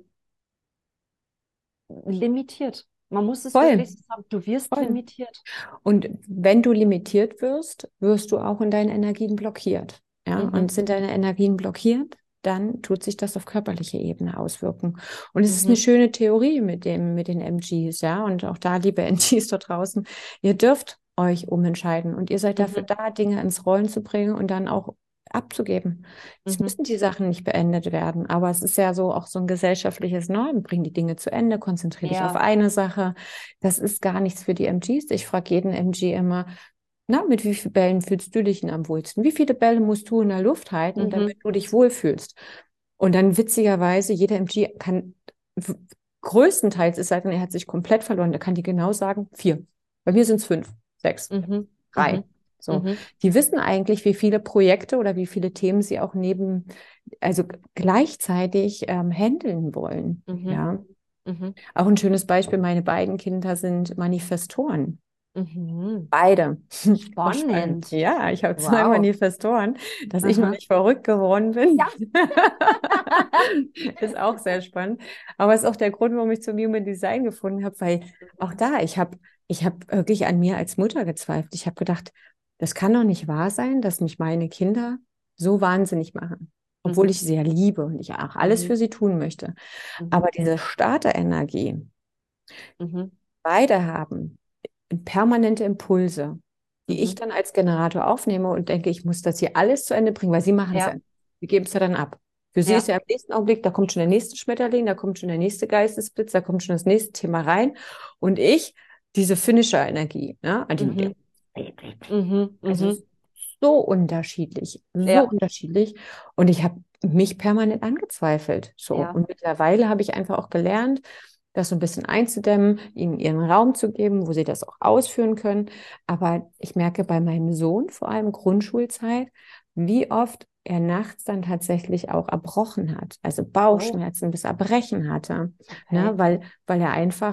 limitiert. Man muss es Voll, wirklich so sagen, du wirst voll. limitiert. Und wenn du limitiert wirst, wirst du auch in deinen Energien blockiert. Ja, und Mhm, sind deine Energien blockiert, dann tut sich das auf körperlicher Ebene auswirken. Und es ist eine mhm, schöne Theorie mit dem, mit den M Gs, ja. Und auch da, liebe M Gs da draußen, ihr dürft euch umentscheiden und ihr seid dafür mhm, da, Dinge ins Rollen zu bringen und dann auch abzugeben. Es mhm. müssen die Sachen nicht beendet werden, aber es ist ja so auch so ein gesellschaftliches Norm. Bring die Dinge zu Ende, konzentriere dich auf Ja, eine Sache. Das ist gar nichts für die M Gs. Ich frage jeden M G immer, na, mit wie vielen Bällen fühlst du dich denn am wohlsten? Wie viele Bälle musst du in der Luft halten, mhm, damit du dich wohlfühlst? Und dann witzigerweise, jeder M G kann, w- größtenteils, es sei denn, er hat sich komplett verloren, der kann die genau sagen, vier. Bei mir sind es fünf, sechs, mhm, drei. mhm, So. mhm, Die wissen eigentlich, wie viele Projekte oder wie viele Themen sie auch neben, also gleichzeitig ähm, handeln wollen. mhm, Ja. mhm, Auch ein schönes Beispiel, meine beiden Kinder sind Manifestoren. mhm. Beide. Auch spannend. Spannend. Ja, ich habe zwei Wow. Manifestoren, dass ich noch Aha. nicht verrückt geworden bin. Ja. Ist auch sehr spannend. Aber es ist auch der Grund, warum ich zum Human Design gefunden habe, weil auch da, ich habe ich hab wirklich an mir als Mutter gezweifelt. Ich habe gedacht, das kann doch nicht wahr sein, dass mich meine Kinder so wahnsinnig machen, obwohl Mhm, ich sie ja liebe und ich auch alles mhm, für sie tun möchte. mhm, Aber diese Starterenergie, mhm, beide haben permanente Impulse, die ich mhm. dann als Generator aufnehme und denke, ich muss das hier alles zu Ende bringen, weil sie machen es ja. Ja, Sie geben es ja dann ab. Für sie ist ja. ja im nächsten Augenblick, da kommt schon der nächste Schmetterling, da kommt schon der nächste Geistesblitz, da kommt schon das nächste Thema rein. Und ich, diese Finisher-Energie, ne? Die, Mhm, mhm, also mhm. so unterschiedlich, so Ja, unterschiedlich. Und ich habe mich permanent angezweifelt. So. ja. Und mittlerweile habe ich einfach auch gelernt, das so ein bisschen einzudämmen, ihnen ihren Raum zu geben, wo sie das auch ausführen können. Aber ich merke bei meinem Sohn, vor allem Grundschulzeit, wie oft er nachts dann tatsächlich auch erbrochen hat, also Oh, Bauchschmerzen bis Erbrechen hatte, ne? okay. Weil, weil er einfach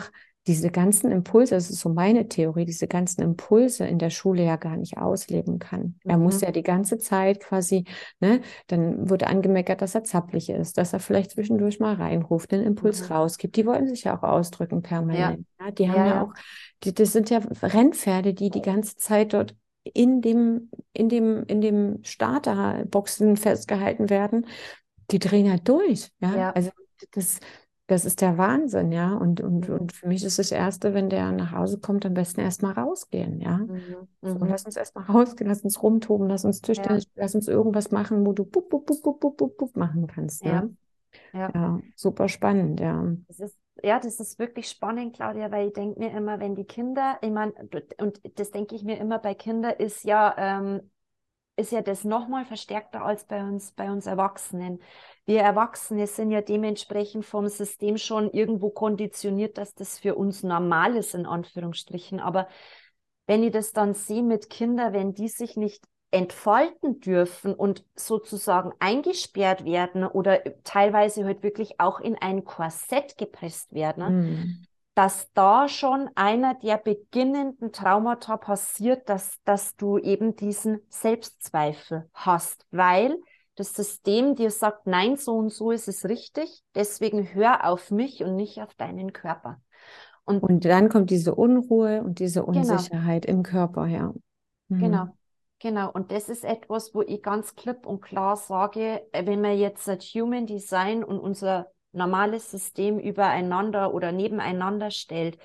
diese ganzen Impulse, das ist so meine Theorie, diese ganzen Impulse in der Schule ja gar nicht ausleben kann. Er muss Mhm. ja die ganze Zeit quasi, ne, dann wird angemeckert, dass er zappelig ist, dass er vielleicht zwischendurch mal reinruft, den Impuls Mhm. rausgibt. Die wollen sich ja auch ausdrücken Ja, permanent. Ja, die haben ja, ja ja. auch, die, das sind ja Rennpferde, die die ganze Zeit dort in dem, in dem, in dem Starterboxen festgehalten werden. Die drehen ja durch, ja. Ja. Also das, das ist der Wahnsinn, ja. Und, und, Mhm. und für mich ist das Erste, wenn der nach Hause kommt, am besten erstmal rausgehen, ja. Mhm. So, Mhm. lass uns erstmal rausgehen, lass uns rumtoben, lass uns Ja, Tischtennis, lass uns irgendwas machen, wo du bup, bup, bup, bup, bup, bup, bup machen kannst, ja, ne? ja. Ja, super spannend, ja. Das ist, ja, das ist wirklich spannend, Claudia, weil ich denke mir immer, wenn die Kinder, ich meine, und das denke ich mir immer bei Kindern, ist ja, ähm, ist ja das nochmal verstärkter als bei uns, bei uns Erwachsenen. Wir Erwachsene sind ja dementsprechend vom System schon irgendwo konditioniert, dass das für uns normal ist, in Anführungsstrichen. Aber wenn ich das dann sehe mit Kindern, wenn die sich nicht entfalten dürfen und sozusagen eingesperrt werden oder teilweise halt wirklich auch in ein Korsett gepresst werden, Hm. dass da schon einer der beginnenden Traumata passiert, dass, dass du eben diesen Selbstzweifel hast, weil das System dir sagt, nein, so und so ist es richtig, deswegen hör auf mich und nicht auf deinen Körper. Und Und dann kommt diese Unruhe und diese genau, Unsicherheit im Körper, ja. genau, Mhm. genau. Und das ist etwas, wo ich ganz klipp und klar sage, äh, wenn man jetzt das Human Design und unser normales System übereinander oder nebeneinander stellt,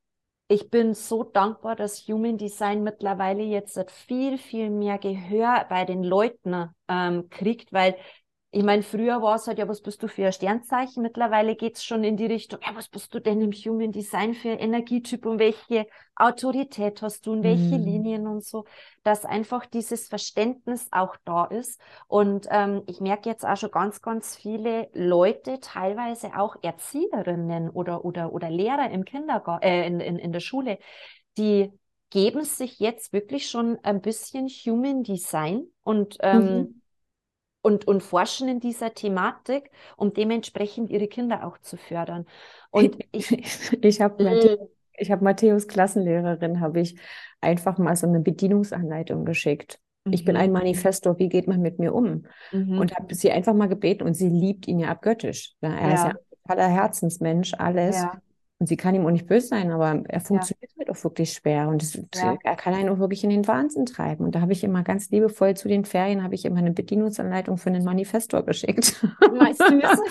ich bin so dankbar, dass Human Design mittlerweile jetzt viel, viel mehr Gehör bei den Leuten ähm, kriegt, weil ich meine, früher war es halt, ja, was bist du für ein Sternzeichen? Mittlerweile geht's schon in die Richtung, ja, was bist du denn im Human Design für Energietyp und welche Autorität hast du und welche Mhm. Linien und so, dass einfach dieses Verständnis auch da ist. Und ähm, ich merke jetzt auch schon ganz, ganz viele Leute, teilweise auch Erzieherinnen oder, oder, oder Lehrer im Kindergarten, äh, in, in, in der Schule, die geben sich jetzt wirklich schon ein bisschen Human Design und ähm, Mhm. und, und forschen in dieser Thematik, um dementsprechend ihre Kinder auch zu fördern. Und ich, Ich habe Matthäus, äh, ich habe Matthäus Klassenlehrerin, habe ich einfach mal so eine Bedienungsanleitung geschickt. Ich bin ein mhm, Manifestor, wie geht man mit mir um? mhm, Und habe sie einfach mal gebeten und sie liebt ihn ja abgöttisch. Ja, er ist ja ja, ein totaler Herzensmensch, alles. ja, Und sie kann ihm auch nicht böse sein, aber er ja, funktioniert halt auch wirklich schwer und es, ja. er kann einen auch wirklich in den Wahnsinn treiben. Und da habe ich immer ganz liebevoll zu den Ferien, habe ich immer eine Bedienungsanleitung für einen Manifestor geschickt. Meist süß.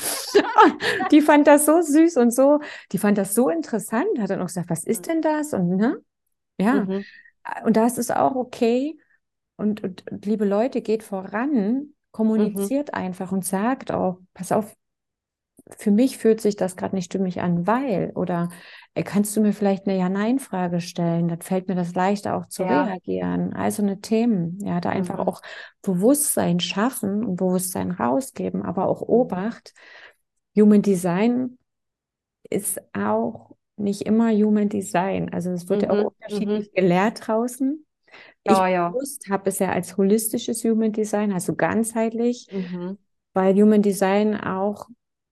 Die fand das so süß und so, die fand das so interessant, hat dann auch gesagt, was ist Mhm, denn das? Und ne, ja, mhm, und da ist es auch okay. Und, und, und liebe Leute, geht voran, mhm, kommuniziert einfach und sagt auch, pass auf, für mich fühlt sich das gerade nicht stimmig an, weil, oder äh, kannst du mir vielleicht eine Ja-Nein-Frage stellen? Dann fällt mir das leichter auch zu ja, reagieren. Also eine Themen, ja, da einfach mhm, auch Bewusstsein schaffen und Bewusstsein rausgeben, aber auch mhm, Obacht. Human Design ist auch nicht immer Human Design. Also es wird ja auch mhm, mhm. unterschiedlich gelehrt draußen. Ich Ja, ja. bewusst habe es ja als holistisches Human Design, also ganzheitlich, Mhm. weil Human Design auch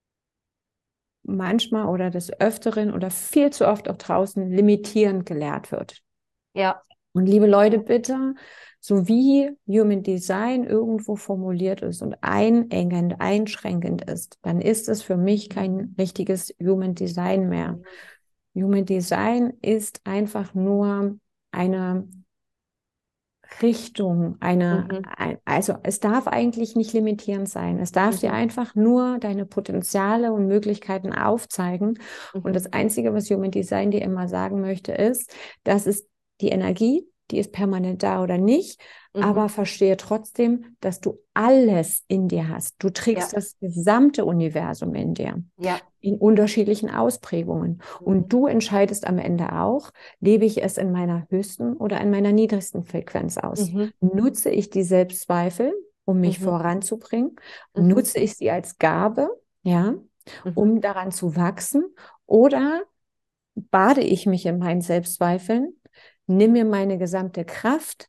manchmal oder des Öfteren oder viel zu oft auch draußen limitierend gelehrt wird. Ja, Und liebe Leute, ja. bitte, so wie Human Design irgendwo formuliert ist und einengend, einschränkend ist, dann ist es für mich kein richtiges Human Design mehr. Mhm, Human Design ist einfach nur eine Richtung, eine, mhm, ein, also es darf eigentlich nicht limitierend sein. Es darf dir mhm, einfach nur deine Potenziale und Möglichkeiten aufzeigen. Und mhm, das Einzige, was Human Design dir immer sagen möchte, ist, das ist die Energie, die ist permanent da oder nicht, aber mhm. verstehe trotzdem, dass du alles in dir hast. Du trägst Ja, das gesamte Universum in dir ja. in unterschiedlichen Ausprägungen. Und Mhm, du entscheidest am Ende auch, lebe ich es in meiner höchsten oder in meiner niedrigsten Frequenz aus? mhm, Nutze ich die Selbstzweifel, um mich mhm, voranzubringen? mhm, Nutze ich sie als Gabe, ja, mhm. um daran zu wachsen? Oder bade ich mich in meinen Selbstzweifeln, nimm mir meine gesamte Kraft,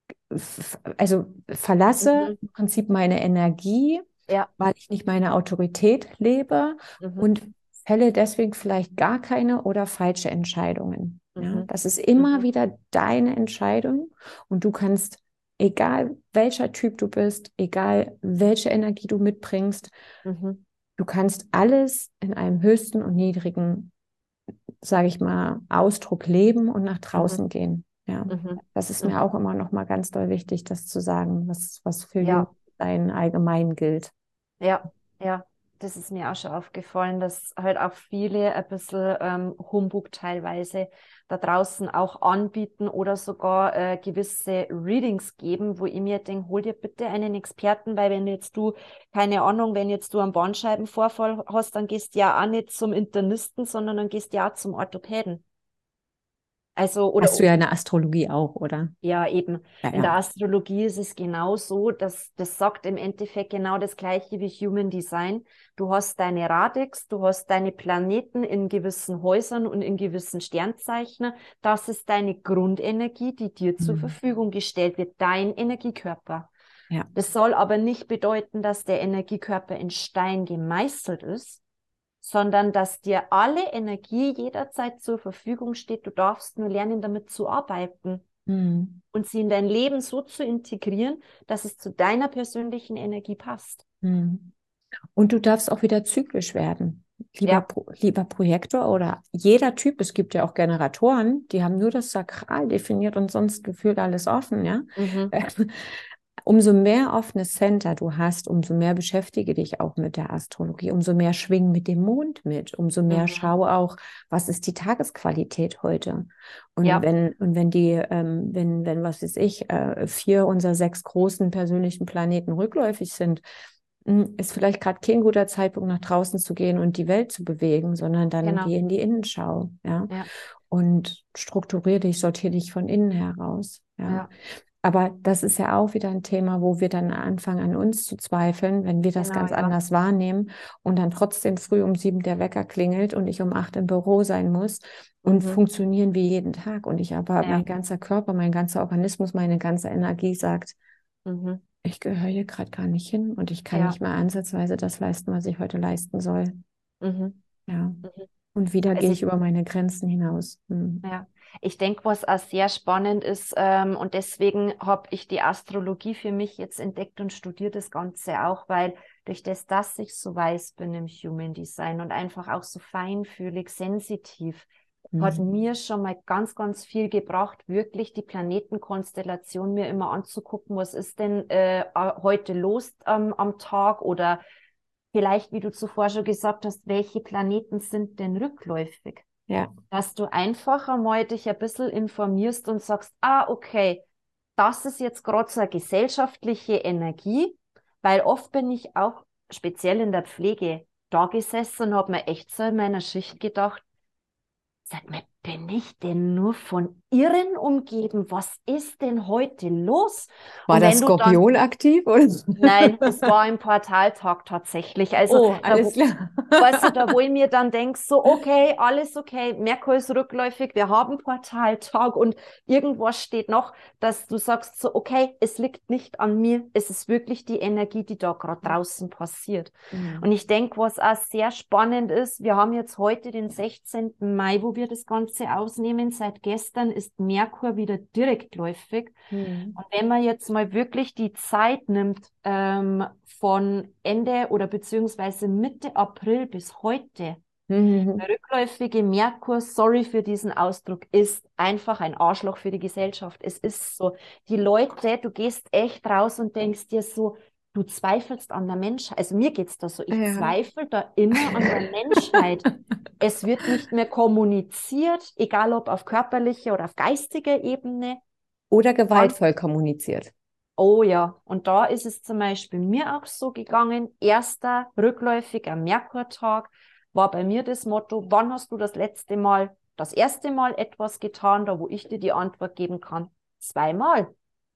also verlasse Mhm. im Prinzip meine Energie, Ja. weil ich nicht meine Autorität lebe Mhm. und fälle deswegen vielleicht gar keine oder falsche Entscheidungen. Ja, Mhm. das ist immer Mhm. wieder deine Entscheidung und du kannst, egal welcher Typ du bist, egal welche Energie du mitbringst, Mhm. du kannst alles in einem höchsten und niedrigen, sage ich mal, Ausdruck leben und nach Mhm. draußen gehen. Ja, Mhm. das ist mir Mhm. auch immer noch mal ganz doll wichtig, das zu sagen, was, was für Ja. Human allgemein gilt. Ja, ja, das ist mir auch schon aufgefallen, dass halt auch viele ein bisschen ähm, Humbug teilweise da draußen auch anbieten oder sogar äh, gewisse Readings geben, wo ich mir denke, hol dir bitte einen Experten, weil wenn jetzt du, keine Ahnung, wenn jetzt du einen Bandscheibenvorfall hast, dann gehst du ja auch nicht zum Internisten, sondern dann gehst du ja auch zum Orthopäden. Also, oder Hast du ja in der Astrologie auch, oder? ja, eben. Ja, In der ja. Astrologie ist es genau so, dass das sagt im Endeffekt genau das Gleiche wie Human Design. Du hast deine Radix, du hast deine Planeten in gewissen Häusern und in gewissen Sternzeichen. Das ist deine Grundenergie, die dir zur Hm. Verfügung gestellt wird, dein Energiekörper. Ja. Das soll aber nicht bedeuten, dass der Energiekörper in Stein gemeißelt ist, sondern dass dir alle Energie jederzeit zur Verfügung steht. Du darfst nur lernen, damit zu arbeiten Hm. und sie in dein Leben so zu integrieren, dass es zu deiner persönlichen Energie passt. Hm. Und du darfst auch wieder zyklisch werden. Lieber, Ja. Pro- lieber Projektor oder jeder Typ, es gibt ja auch Generatoren, die haben nur das Sakral definiert und sonst gefühlt alles offen, ja. Mhm. Umso mehr offene Center du hast, umso mehr beschäftige dich auch mit der Astrologie, umso mehr schwing mit dem Mond mit, umso mehr Mhm. schau auch, was ist die Tagesqualität heute. Und Ja. wenn, und wenn die, ähm, wenn, wenn, was weiß ich, äh, vier unserer sechs großen persönlichen Planeten rückläufig sind, mh, ist vielleicht gerade kein guter Zeitpunkt, nach draußen zu gehen und die Welt zu bewegen, sondern dann Genau. geh in die Innenschau, ja, Ja. und strukturier dich, sortier dich von innen heraus, ja. Ja. Aber das ist ja auch wieder ein Thema, wo wir dann anfangen, an uns zu zweifeln, wenn wir das Genau, ganz ja. anders wahrnehmen und dann trotzdem früh um sieben der Wecker klingelt und ich um acht im Büro sein muss und Mhm. funktionieren wie jeden Tag. Und ich aber, Ja. mein ganzer Körper, mein ganzer Organismus, meine ganze Energie sagt, Mhm. ich gehöre hier gerade gar nicht hin und ich kann Ja. nicht mehr ansatzweise das leisten, was ich heute leisten soll. Mhm. Ja. Mhm. Und wieder Also gehe ich ich über meine Grenzen hinaus. Hm. Ja, ich denke, was auch sehr spannend ist, ähm, und deswegen habe ich die Astrologie für mich jetzt entdeckt und studiere das Ganze auch, weil durch das, dass ich so weiß bin im Human Design und einfach auch so feinfühlig, sensitiv, hat Hm. mir schon mal ganz, ganz viel gebracht, wirklich die Planetenkonstellation mir immer anzugucken, was ist denn äh, heute los ähm, am Tag oder vielleicht, wie du zuvor schon gesagt hast, welche Planeten sind denn rückläufig? Ja. Dass du einfach einmal dich ein bisschen informierst und sagst, ah, okay, das ist jetzt gerade so eine gesellschaftliche Energie, weil oft bin ich auch speziell in der Pflege da gesessen und habe mir echt so in meiner Schicht gedacht, sag mal, bin ich denn nur von Irren umgeben? Was ist denn heute los? War Und der wenn du dann Skorpion aktiv? Oder? Nein, das war ein Portaltag tatsächlich. Also Oh, da, alles klar. weißt du, da wo ich mir dann denke, so, okay, alles okay, Merkur ist rückläufig, wir haben Portaltag und irgendwas steht noch, dass du sagst, so, okay, es liegt nicht an mir, es ist wirklich die Energie, die da gerade draußen passiert. Und Mhm. ich denke, was auch sehr spannend ist, wir haben jetzt heute den sechzehnten Mai, wo wir das Ganze ausnehmen. Seit gestern ist Merkur wieder direktläufig. Mhm. Und wenn man jetzt mal wirklich die Zeit nimmt, ähm, von Ende oder beziehungsweise Mitte April bis heute, Mhm. der rückläufige Merkur, sorry für diesen Ausdruck, ist einfach ein Arschloch für die Gesellschaft. Es ist so. Die Leute, du gehst echt raus und denkst dir so, du zweifelst an der Menschheit. Also mir geht's da so, ich Ja. zweifle da immer an der Menschheit. Es wird nicht mehr kommuniziert, egal ob auf körperlicher oder auf geistiger Ebene. Oder Dann gewaltvoll kommuniziert. Oh ja, und da ist es zum Beispiel mir auch so gegangen. Erster rückläufiger Merkurtag war bei mir das Motto, wann hast du das letzte Mal, das erste Mal etwas getan, da wo ich dir die Antwort geben kann? Zweimal.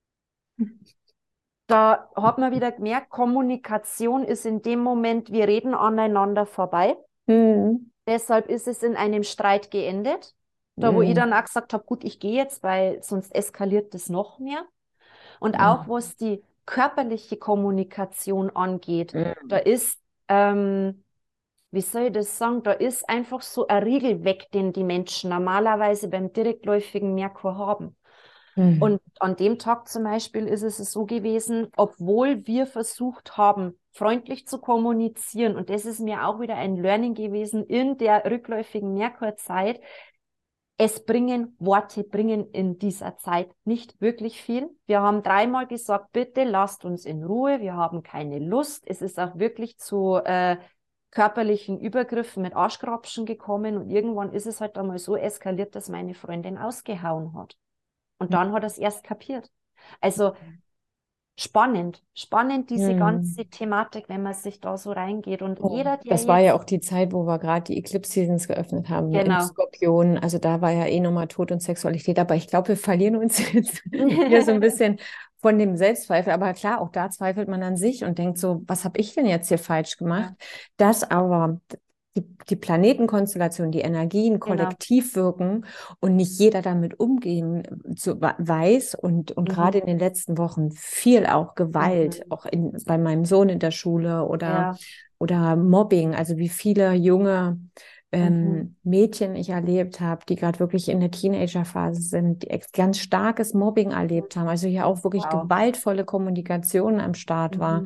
Da hat man wieder gemerkt, Kommunikation ist in dem Moment, wir reden aneinander vorbei. Mhm. Deshalb ist es in einem Streit geendet. Da wo ich Mhm. dann auch gesagt habe, gut, ich gehe jetzt, weil sonst eskaliert das noch mehr. Und auch Mhm. was die körperliche Kommunikation angeht, da Mhm. ist, ähm, wie soll ich das sagen, da ist einfach so ein Riegel weg, den die Menschen normalerweise beim direktläufigen Merkur haben. Mhm. Und an dem Tag zum Beispiel ist es so gewesen, obwohl wir versucht haben, freundlich zu kommunizieren, und das ist mir auch wieder ein Learning gewesen in der rückläufigen Merkurzeit, es bringen, Worte bringen in dieser Zeit nicht wirklich viel. Wir haben dreimal gesagt, bitte lasst uns in Ruhe, wir haben keine Lust. Es ist auch wirklich zu äh, körperlichen Übergriffen mit Arschkrapschen gekommen, und irgendwann ist es halt einmal so eskaliert, dass meine Freundin ausgehauen hat. Und dann hat er es erst kapiert. Also spannend, spannend diese Mhm. ganze Thematik, wenn man sich da so reingeht. Und Oh, jeder, der das war ja jetzt, auch die Zeit, wo wir gerade die Eclipse Seasons geöffnet haben im genau. Skorpion. Also da war ja eh nochmal Tod und Sexualität. Aber ich glaube, wir verlieren uns jetzt hier so ein bisschen von dem Selbstzweifel. Aber klar, auch da zweifelt man an sich und denkt so, was habe ich denn jetzt hier falsch gemacht? Ja, Das aber die, die Planetenkonstellation, die Energien genau. kollektiv wirken und nicht jeder damit umgehen zu, weiß und, und Mhm. gerade in den letzten Wochen viel auch Gewalt, Mhm. auch in, bei meinem Sohn in der Schule oder Ja. oder Mobbing, also wie viele junge Mhm. ähm, Mädchen ich erlebt habe, die gerade wirklich in der Teenagerphase sind, die ganz starkes Mobbing erlebt haben, also hier auch wirklich Wow. gewaltvolle Kommunikation am Start war. Mhm.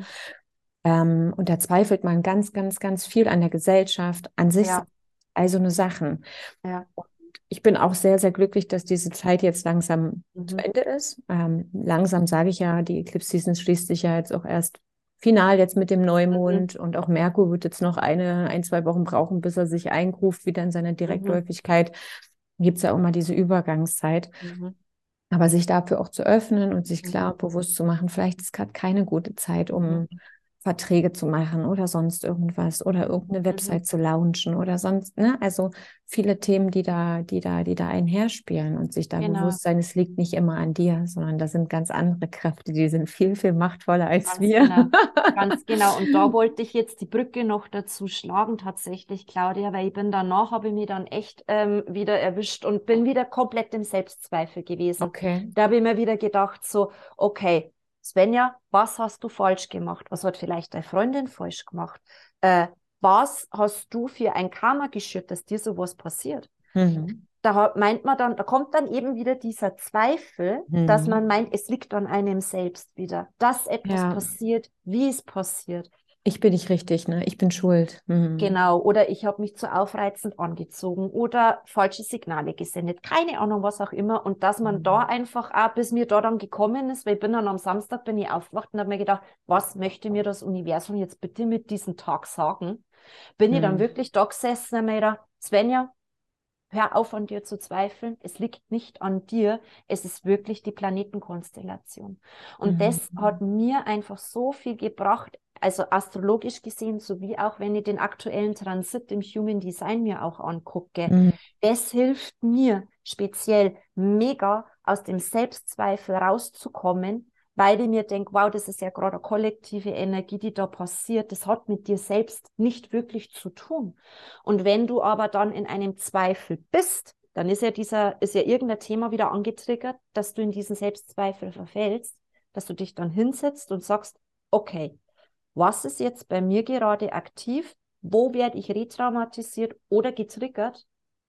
Ähm, und da zweifelt man ganz, ganz, ganz viel an der Gesellschaft, an sich, Ja, all so eine Sachen. ja. Ich bin auch sehr, sehr glücklich, dass diese Zeit jetzt langsam zu Mhm. Ende ist. Ähm, langsam sage ich ja, die Eclipse Season schließt sich ja jetzt auch erst final jetzt mit dem Mhm. Neumond, und auch Merkur wird jetzt noch eine, ein, zwei Wochen brauchen, bis er sich eingruft wieder in seine Mhm. Direktläufigkeit. Gibt es ja auch mal diese Übergangszeit. Mhm. Aber sich dafür auch zu öffnen und sich Mhm. klar bewusst zu machen, vielleicht ist gerade keine gute Zeit, Mhm. um Verträge zu machen oder sonst irgendwas oder irgendeine Mhm. Website zu launchen oder sonst, ne? Also viele Themen, die da, die da, die da einherspielen, und sich da Genau, bewusst sein, es liegt nicht immer an dir, sondern da sind ganz andere Kräfte, die sind viel, viel machtvoller als ganz wir. genau. Ganz genau. Und da wollte ich jetzt die Brücke noch dazu schlagen, tatsächlich, Claudia, weil ich bin danach, habe ich mich dann echt ähm, wieder erwischt und bin wieder komplett im Selbstzweifel gewesen. Okay. Da habe ich mir wieder gedacht, so, okay, Svenja, was hast du falsch gemacht? Was hat vielleicht deine Freundin falsch gemacht? Äh, was hast du für ein Karma geschürt, dass dir sowas passiert? Mhm. Da hat- meint man dann, da kommt dann eben wieder dieser Zweifel, dass man Mhm. meint, es liegt an einem selbst wieder, dass etwas Ja, passiert, wie es passiert. ich bin nicht richtig, ne? Ich bin schuld. Mhm. Genau, oder ich habe mich zu aufreizend angezogen oder falsche Signale gesendet, keine Ahnung, was auch immer. Und dass man da Mhm. einfach auch, bis mir da dann gekommen ist, weil ich bin dann am Samstag, bin ich aufgewacht und habe mir gedacht, was möchte mir das Universum jetzt bitte mit diesem Tag sagen? Bin ich dann Mhm. wirklich da gesessen und habe mir gedacht, Svenja, hör auf, an dir zu zweifeln. Es liegt nicht an dir. Es ist wirklich die Planetenkonstellation. Und das hat Mhm. mir einfach so viel gebracht, also astrologisch gesehen, sowie auch wenn ich den aktuellen Transit im Human Design mir auch angucke. Mhm. Das hilft mir speziell mega, aus dem Selbstzweifel rauszukommen, weil ich mir denke, wow, das ist ja gerade eine kollektive Energie, die da passiert. Das hat mit dir selbst nicht wirklich zu tun. Und wenn du aber dann in einem Zweifel bist, dann ist ja dieser, ist ja irgendein Thema wieder angetriggert, dass du in diesen Selbstzweifel verfällst, dass du dich dann hinsetzt und sagst, okay, was ist jetzt bei mir gerade aktiv? Wo werde ich retraumatisiert oder getriggert,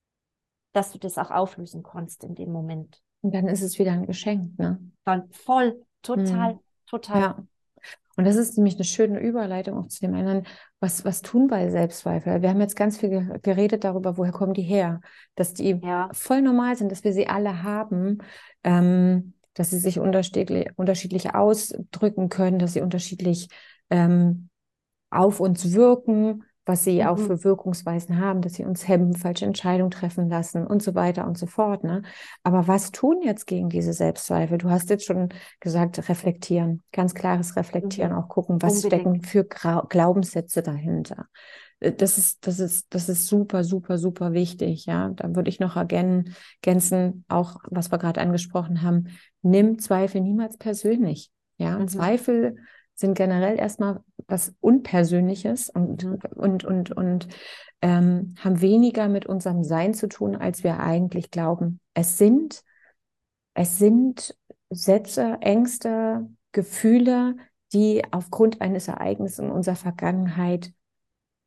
dass du das auch auflösen kannst in dem Moment? Und dann ist es wieder ein Geschenk, ne? Dann voll, total, Mhm. total. Ja. Und das ist nämlich eine schöne Überleitung auch zu dem anderen. Was, was tun bei Selbstzweifel? Wir haben jetzt ganz viel ge- geredet darüber, woher kommen die her? Dass die Ja. voll normal sind, dass wir sie alle haben, ähm, dass sie sich unterschiedlich, unterschiedlich ausdrücken können, dass sie unterschiedlich ähm, auf uns wirken, was sie auch Mhm. für Wirkungsweisen haben, dass sie uns hemmen, falsche Entscheidungen treffen lassen und so weiter und so fort. Ne? Aber was tun jetzt gegen diese Selbstzweifel? Du hast jetzt schon gesagt, reflektieren, ganz klares Reflektieren, Mhm. auch gucken, was Unbedingt. stecken für Grau Glaubenssätze dahinter. Äh, Das ist, das ist, das ist super, super, super wichtig. Ja, da würde ich noch ergänzen, ergänzen, auch was wir gerade angesprochen haben, nimm Zweifel niemals persönlich. Ja, Mhm. Zweifel sind generell erstmal was Unpersönliches und, Mhm. und, und, und ähm, haben weniger mit unserem Sein zu tun, als wir eigentlich glauben. Es sind, es sind Sätze, Ängste, Gefühle, die aufgrund eines Ereignisses in unserer Vergangenheit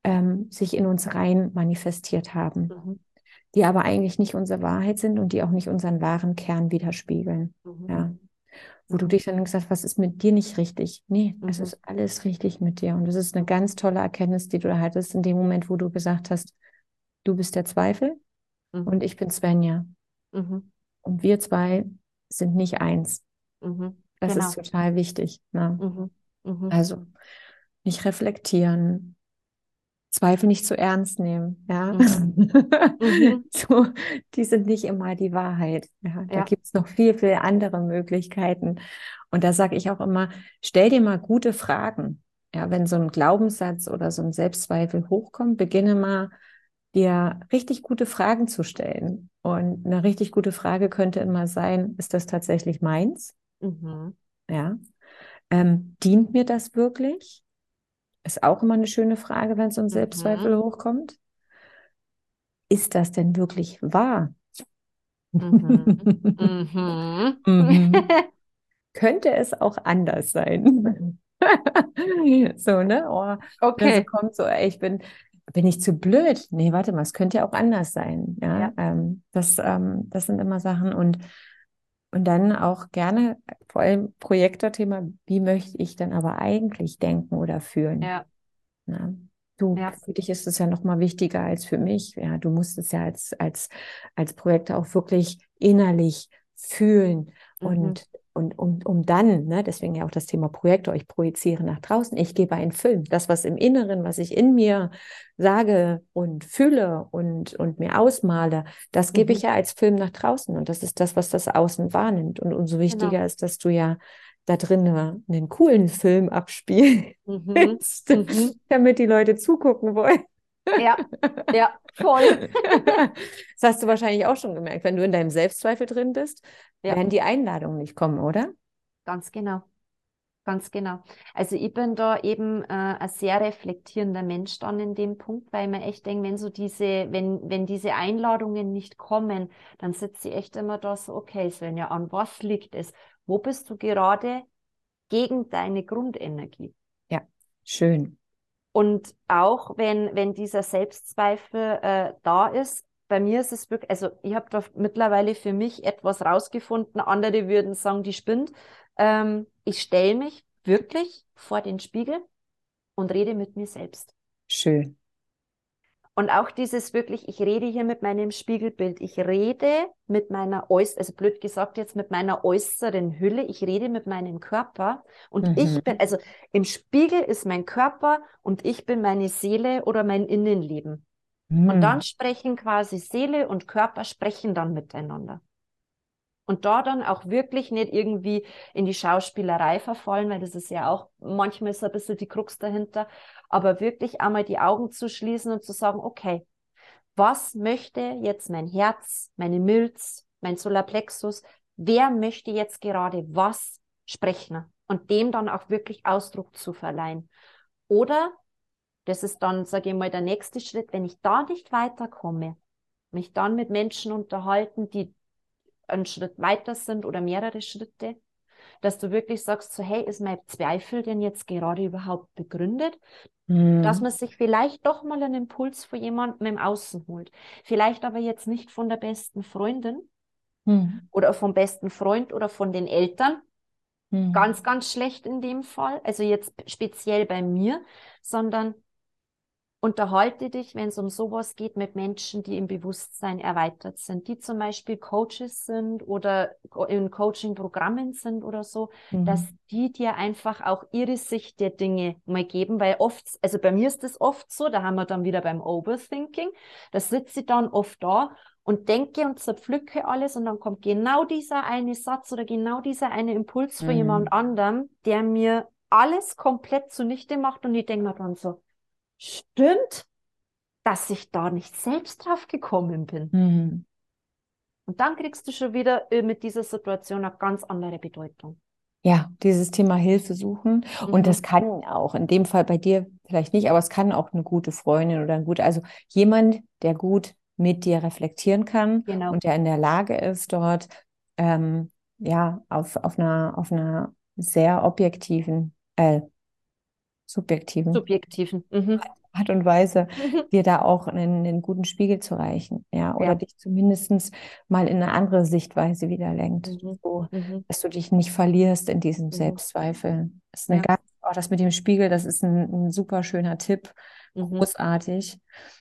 ähm, sich in uns rein manifestiert haben, Mhm. die aber eigentlich nicht unsere Wahrheit sind und die auch nicht unseren wahren Kern widerspiegeln. Mhm. Ja. Wo du Mhm. dich dann gesagt hast, was ist mit dir nicht richtig? Nee, es Mhm. ist alles richtig mit dir. Und das ist eine Mhm. ganz tolle Erkenntnis, die du da hattest, in dem Moment, wo du gesagt hast, du bist der Zweifel Mhm. und ich bin Svenja. Mhm. Und wir zwei sind nicht eins. Mhm. Das ist Genau. total wichtig. Ne? Mhm. Mhm. Also nicht reflektieren, Zweifel nicht zu ernst nehmen. Ja? Mhm. Mhm. So, die sind nicht immer die Wahrheit. Ja? Da Ja. gibt es noch viel, viel andere Möglichkeiten. Und da sage ich auch immer, stell dir mal gute Fragen. Ja, wenn so ein Glaubenssatz oder so ein Selbstzweifel hochkommt, beginne mal dir richtig gute Fragen zu stellen. Und eine richtig gute Frage könnte immer sein, ist das tatsächlich meins? Mhm. Ja. Ähm, dient mir das wirklich? Ist auch immer eine schöne Frage, wenn so ein Mhm. Selbstzweifel hochkommt. Ist das denn wirklich wahr? Mhm. Mhm. Mhm. Könnte es auch anders sein? So, ne? Oh, wenn so Okay. kommt, so, ey, ich bin, bin ich zu blöd? Nee, warte mal, es könnte ja auch anders sein. Ja, Ja. ähm, das, ähm, das sind immer Sachen und, und dann auch gerne, vor allem Projektorthema, wie möchte ich dann aber eigentlich denken oder fühlen? Ja. Ne? Du, Ja. für dich ist es ja noch mal wichtiger als für mich. Ja, du musst es ja als, als, als Projektor auch wirklich innerlich fühlen Mhm. und, und um, um dann, ne, deswegen ja auch das Thema Projektor, ich projiziere nach draußen, ich gebe einen Film. Das, was im Inneren, was ich in mir sage und fühle und, und mir ausmale, das gebe ich Mhm. ja als Film nach draußen und das ist das, was das Außen wahrnimmt. Und umso Genau. wichtiger ist, dass du ja da drin einen coolen Film abspielst, Mhm. Mhm. damit die Leute zugucken wollen. Ja. Ja. Voll. Das hast du wahrscheinlich auch schon gemerkt. Wenn du in deinem Selbstzweifel drin bist, Ja. werden die Einladungen nicht kommen, oder? Ganz genau. Ganz genau. Also ich bin da eben äh, ein sehr reflektierender Mensch dann in dem Punkt, weil ich mir echt denke, wenn so diese, wenn, wenn diese Einladungen nicht kommen, dann sitze ich echt immer da so, okay, Svenja, an was liegt es? Wo bist du gerade gegen deine Grundenergie? Ja, schön. Und auch wenn, wenn dieser Selbstzweifel äh, da ist, bei mir ist es wirklich, also ich habe da mittlerweile für mich etwas rausgefunden, andere würden sagen, die spinnt. Ähm, ich stelle mich wirklich vor den Spiegel und rede mit mir selbst. Schön. Und auch dieses wirklich, ich rede hier mit meinem Spiegelbild. Ich rede mit meiner äußeren, also blöd gesagt jetzt mit meiner äußeren Hülle. Ich rede mit meinem Körper. Und ich bin, Mhm. also im Spiegel ist mein Körper und ich bin meine Seele oder mein Innenleben. Und dann Mhm. sprechen quasi Seele und Körper sprechen dann miteinander. Und da dann auch wirklich nicht irgendwie in die Schauspielerei verfallen, weil das ist ja auch manchmal so ein bisschen die Krux dahinter, aber wirklich einmal die Augen zu schließen und zu sagen, okay, was möchte jetzt mein Herz, meine Milz, mein Solarplexus, wer möchte jetzt gerade was sprechen und dem dann auch wirklich Ausdruck zu verleihen. Oder, das ist dann, sage ich mal, der nächste Schritt, wenn ich da nicht weiterkomme, mich dann mit Menschen unterhalten, die einen Schritt weiter sind oder mehrere Schritte, dass du wirklich sagst, so, hey, ist mein Zweifel denn jetzt gerade überhaupt begründet? Dass Mhm. man sich vielleicht doch mal einen Impuls von jemandem im Außen holt. Vielleicht aber jetzt nicht von der besten Freundin Mhm. oder vom besten Freund oder von den Eltern. Mhm. Ganz, ganz schlecht in dem Fall. Also jetzt speziell bei mir, sondern unterhalte dich, wenn es um sowas geht, mit Menschen, die im Bewusstsein erweitert sind, die zum Beispiel Coaches sind oder in Coaching-Programmen sind oder so, dass Mhm. die dir einfach auch ihre Sicht der Dinge mal geben, weil oft, also bei mir ist das oft so, da haben wir dann wieder beim Overthinking, da sitze ich dann oft da und denke und zerpflücke alles und dann kommt genau dieser eine Satz oder genau dieser eine Impuls von jemand Mhm. anderem, der mir alles komplett zunichte macht und ich denke mir dann so, stimmt, dass ich da nicht selbst drauf gekommen bin. Mhm. Und dann kriegst du schon wieder äh, mit dieser Situation eine ganz andere Bedeutung. Ja, dieses Thema Hilfe suchen. Und Mhm. das kann auch, in dem Fall bei dir vielleicht nicht, aber es kann auch eine gute Freundin oder ein guter, also jemand, der gut mit dir reflektieren kann Genau. und der in der Lage ist, dort ähm, ja auf, auf einer, auf einer sehr objektiven, äh, subjektiven Subjektiven. Mhm. Art und Weise, dir da auch einen, einen guten Spiegel zu reichen, ja, oder Ja. dich zumindest mal in eine andere Sichtweise wieder lenkt, Mhm. so, Mhm. dass du dich nicht verlierst in diesem Mhm. Selbstzweifel. Das ist ein Ja. ganz, auch das mit dem Spiegel, das ist ein, ein super schöner Tipp, Mhm. großartig.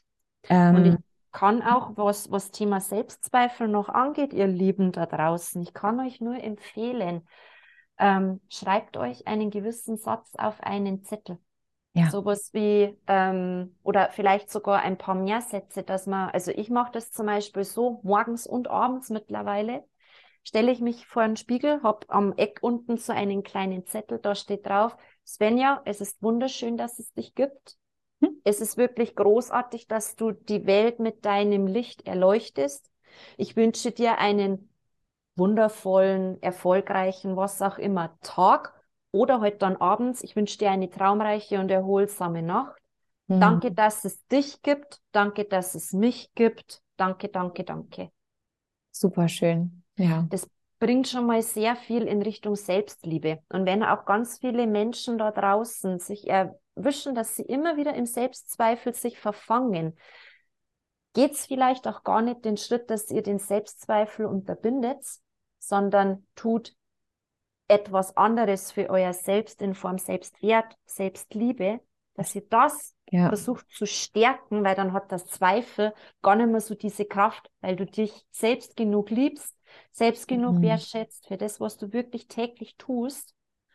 Und ich Ähm, kann auch, was, was Thema Selbstzweifel noch angeht, ihr Lieben da draußen, ich kann euch nur empfehlen, ähm, schreibt euch einen gewissen Satz auf einen Zettel. ja, Sowas wie, ähm, oder vielleicht sogar ein paar mehr Sätze, dass man, also ich mache das zum Beispiel so, morgens und abends mittlerweile, stelle ich mich vor einen Spiegel, habe am Eck unten so einen kleinen Zettel, da steht drauf: Svenja, es ist wunderschön, dass es dich gibt. hm, Es ist wirklich großartig, dass du die Welt mit deinem Licht erleuchtest. Ich wünsche dir einen wundervollen, erfolgreichen, was auch immer, Tag oder heute dann abends. Ich wünsche dir eine traumreiche und erholsame Nacht. Danke, hm, dass es dich gibt. Danke, dass es mich gibt. Danke, danke, danke. super schön, ja, Das bringt schon mal sehr viel in Richtung Selbstliebe. Und wenn auch ganz viele Menschen da draußen sich erwischen, dass sie immer wieder im Selbstzweifel sich verfangen, geht es vielleicht auch gar nicht den Schritt, dass ihr den Selbstzweifel unterbindet, sondern tut etwas anderes für euer Selbst in Form Selbstwert, Selbstliebe, dass ihr das ja, versucht zu stärken, weil dann hat das Zweifel gar nicht mehr so diese Kraft, weil du dich selbst genug liebst, selbst genug mhm. wertschätzt für das, was du wirklich täglich tust,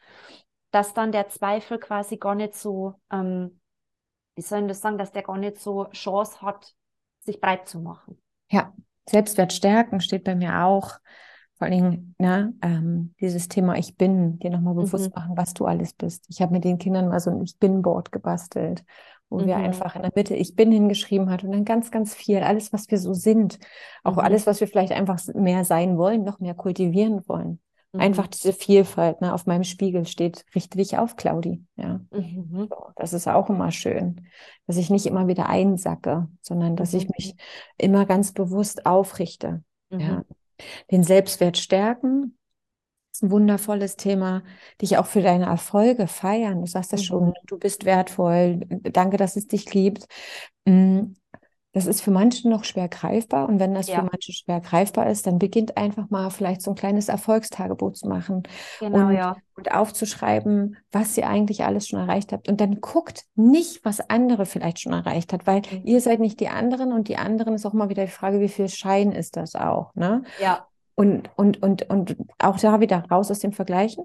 dass dann der Zweifel quasi gar nicht so, ähm, wie soll ich das sagen, dass der gar nicht so Chance hat, sich breit zu machen. Ja, Selbstwert stärken steht bei mir auch. Vor allen Dingen, ne, ähm, dieses Thema Ich bin, dir nochmal Mhm, bewusst machen, was du alles bist. Ich habe mit den Kindern mal so ein Ich bin-Board gebastelt, wo wir mhm, einfach in der Mitte Ich bin hingeschrieben hat und dann ganz, ganz viel, alles, was wir so sind, auch mhm, alles, was wir vielleicht einfach mehr sein wollen, noch mehr kultivieren wollen. Einfach mhm, diese Vielfalt, ne, auf meinem Spiegel steht, richte dich auf, Claudi. Ja. mhm, So, das ist auch immer schön, dass ich nicht immer wieder einsacke, sondern dass ich mhm, mich immer ganz bewusst aufrichte. mhm, Ja, den Selbstwert stärken ist ein wundervolles Thema, dich auch für deine Erfolge feiern. Du sagst das mhm. schon, du bist wertvoll. Danke, dass es dich gibt. Mm, Das ist für manche noch schwer greifbar. Und wenn das für Ja, manche schwer greifbar ist, dann beginnt einfach mal vielleicht so ein kleines Erfolgstagebuch zu machen genau, und, ja. und aufzuschreiben, was ihr eigentlich alles schon erreicht habt. Und dann guckt nicht, was andere vielleicht schon erreicht hat, weil ihr Mhm. seid nicht die anderen und die anderen ist auch mal wieder die Frage, wie viel Schein ist das auch, ne? Ja. Und, und, und, und auch da wieder raus aus dem Vergleichen.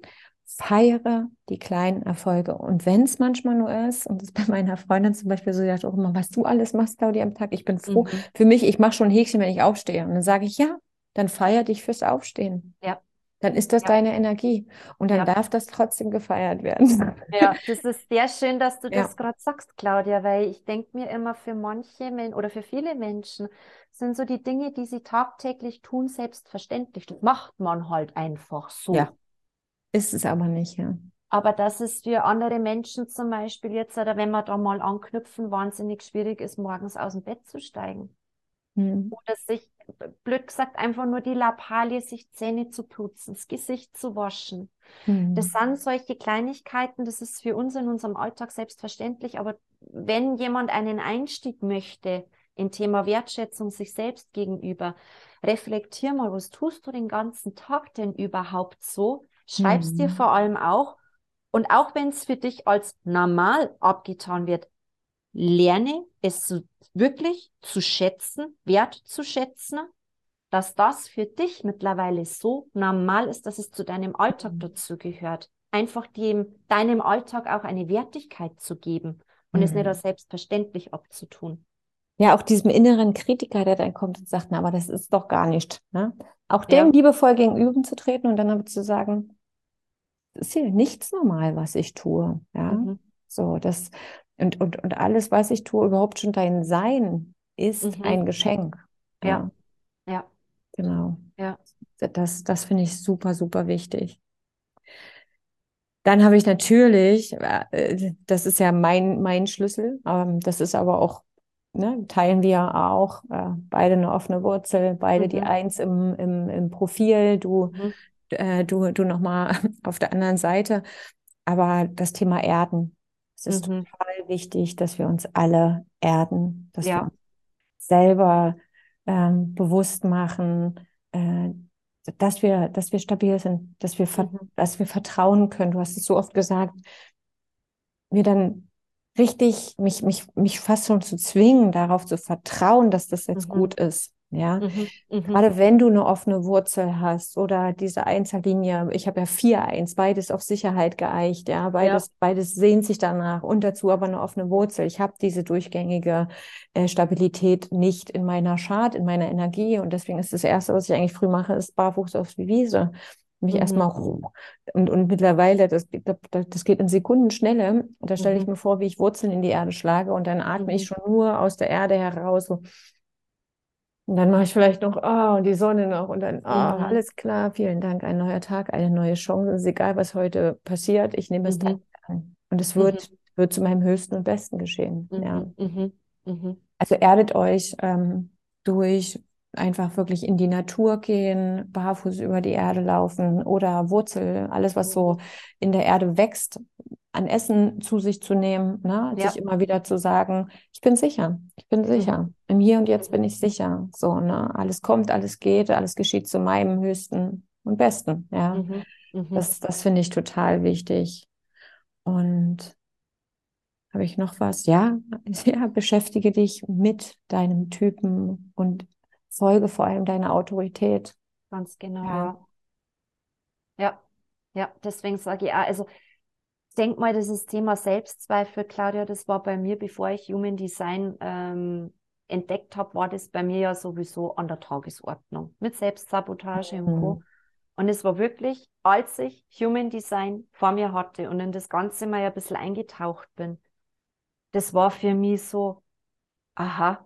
Feiere die kleinen Erfolge. Und wenn es manchmal nur ist, und das ist bei meiner Freundin zum Beispiel so, die sagt auch immer, was du alles machst, Claudia, am Tag, ich bin froh. Mhm. Für mich, ich mache schon ein Häkchen, wenn ich aufstehe. Und dann sage ich, ja, dann feier dich fürs Aufstehen. Ja, Dann ist das ja, deine Energie. Und dann ja. darf das trotzdem gefeiert werden. Ja, das ist sehr schön, dass du Ja, das gerade sagst, Claudia, weil ich denke mir immer, für manche Men oder für viele Menschen sind so die Dinge, die sie tagtäglich tun, selbstverständlich. Das macht man halt einfach ja, so. ist es aber nicht, ja. Aber dass es für andere Menschen zum Beispiel jetzt, oder wenn wir da mal anknüpfen, wahnsinnig schwierig ist, morgens aus dem Bett zu steigen. Hm. Oder sich, blöd gesagt, einfach nur die Lappalie, sich Zähne zu putzen, das Gesicht zu waschen. Das Hm. sind solche Kleinigkeiten, das ist für uns in unserem Alltag selbstverständlich, aber wenn jemand einen Einstieg möchte in Thema Wertschätzung sich selbst gegenüber, reflektier mal, was tust du den ganzen Tag denn überhaupt so? Schreib's dir Hm. vor allem auch. Und auch wenn es für dich als normal abgetan wird, lerne es so wirklich zu schätzen, wertzuschätzen, dass das für dich mittlerweile so normal ist, dass es zu deinem Alltag dazu gehört. Einfach dem, deinem Alltag auch eine Wertigkeit zu geben und es nicht als Hm. selbstverständlich abzutun. Ja, auch diesem inneren Kritiker, der dann kommt und sagt, na, aber das ist doch gar nicht. Ne? Auch dem Ja. liebevoll gegenüberzutreten und dann aber zu sagen, es ist hier nichts normal, was ich tue. Ja, Mhm. so, das, und, und, und alles, was ich tue, überhaupt schon dein Sein ist Mhm. ein Geschenk. Ja, Ja, ja, genau. ja. Das, das finde ich super, super wichtig. Dann habe ich natürlich, äh, das ist ja mein, mein Schlüssel, ähm, das ist aber auch, ne, teilen wir auch, äh, beide eine offene Wurzel, beide die Mhm. Eins im, im, im Profil, du, Mhm. äh, du, du nochmal auf der anderen Seite. Aber das Thema Erden, Es ist Mhm. total wichtig, dass wir uns alle erden, dass wir Ja. uns selber ähm, bewusst machen, äh, dass wir, dass wir stabil sind, dass wir, ver- Mhm. dass wir vertrauen können. Du hast es so oft gesagt, mir dann richtig, mich, mich, mich fast schon zu zwingen, darauf zu vertrauen, dass das jetzt Mhm. gut ist. Ja, Mhm. Mhm. gerade wenn du eine offene Wurzel hast oder diese Einzellinie, ich habe ja vier Eins, beides auf Sicherheit geeicht, ja, Ja. beides, beides sehnt sich danach und dazu aber eine offene Wurzel. Ich habe diese durchgängige äh, Stabilität nicht in meiner Chart, in meiner Energie und deswegen ist das Erste, was ich eigentlich früh mache, ist barfuß auf die Wiese. Mich Mhm. erstmal und, und mittlerweile, das, das, das geht in Sekundenschnelle. Da stelle ich Mhm. mir vor, wie ich Wurzeln in die Erde schlage und dann atme ich Mhm. schon nur aus der Erde heraus. So. Und dann mache ich vielleicht noch, ah, und die Sonne noch und dann, ah, Mhm. alles klar, vielen Dank, ein neuer Tag, eine neue Chance. Es ist egal, was heute passiert, ich nehme es dann Mhm. an. Und es Mhm. wird, wird zu meinem höchsten und besten geschehen. Ja. Mhm. Mhm. Mhm. Also erdet euch ähm, durch einfach wirklich in die Natur gehen, barfuß über die Erde laufen oder Wurzel, alles, was so Mhm. in der Erde wächst, an Essen zu sich zu nehmen, ne? Sich Ja. immer wieder zu sagen, ich bin sicher, ich bin Mhm. sicher. Im Hier und Jetzt bin Mhm. ich sicher. So, ne? Alles kommt, alles geht, alles geschieht zu meinem höchsten und besten. Ja, Mhm. Mhm. das, das finde ich total wichtig. Und habe ich noch was? Ja, ja, beschäftige dich mit deinem Typen und folge vor allem deiner Autorität. Ganz genau, Ja. ja. Ja. Ja, deswegen sage ich auch, also ich denke mal, dieses Thema Selbstzweifel, Claudia, das war bei mir, bevor ich Human Design ähm, entdeckt habe, war das bei mir ja sowieso an der Tagesordnung mit Selbstsabotage und Mhm. Co. Und es war wirklich, als ich Human Design vor mir hatte und in das Ganze mal ein bisschen eingetaucht bin, das war für mich so, aha,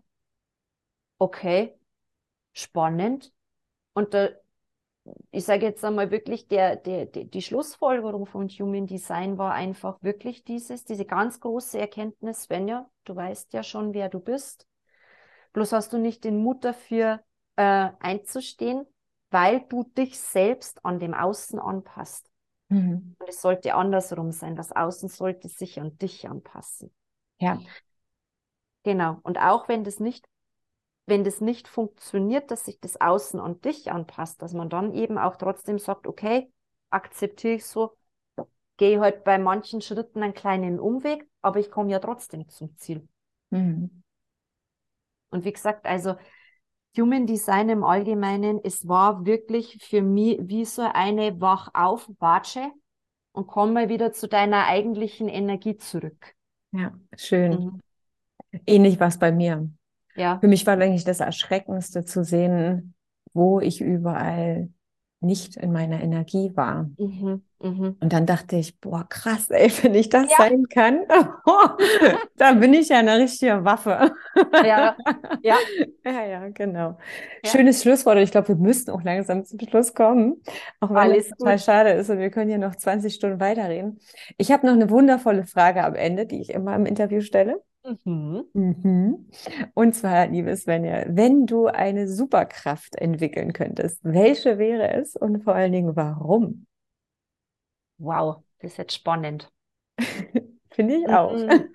okay, spannend. Und da, ich sage jetzt einmal wirklich, der, der, der, die Schlussfolgerung von Human Design war einfach wirklich dieses, diese ganz große Erkenntnis, Svenja, du weißt ja schon, wer du bist. Bloß hast du nicht den Mut dafür, äh, einzustehen, weil du dich selbst an dem Außen anpasst. Mhm. Und es sollte andersrum sein. Das Außen sollte sich an dich anpassen. Ja. Genau. Und auch wenn das nicht, wenn das nicht funktioniert, dass sich das Außen an dich anpasst, dass man dann eben auch trotzdem sagt, okay, akzeptiere ich so, gehe halt bei manchen Schritten einen kleinen Umweg, aber ich komme ja trotzdem zum Ziel. Mhm. Und wie gesagt, also Human Design im Allgemeinen, es war wirklich für mich wie so eine Wach-auf-Watsche und komm mal wieder zu deiner eigentlichen Energie zurück. Ja, schön. Mhm. Ähnlich war es bei mir. Ja. Für mich war eigentlich das Erschreckendste zu sehen, wo ich überall nicht in meiner Energie war. Mhm. Mhm. Und dann dachte ich, boah, krass, ey, wenn ich das Ja. sein kann, da bin ich ja eine richtige Waffe. Ja, ja, Ja, ja, genau. ja, Schönes Schlusswort. Und ich glaube, wir müssten auch langsam zum Schluss kommen, auch wenn das alles total gut. schade ist und wir können hier noch zwanzig Stunden weiterreden. Ich habe noch eine wundervolle Frage am Ende, die ich immer im Interview stelle. Mhm. Mhm. Und zwar, liebe Svenja, wenn du eine Superkraft entwickeln könntest, welche wäre es und vor allen Dingen warum? Wow, das ist jetzt spannend. Finde ich auch. Mhm.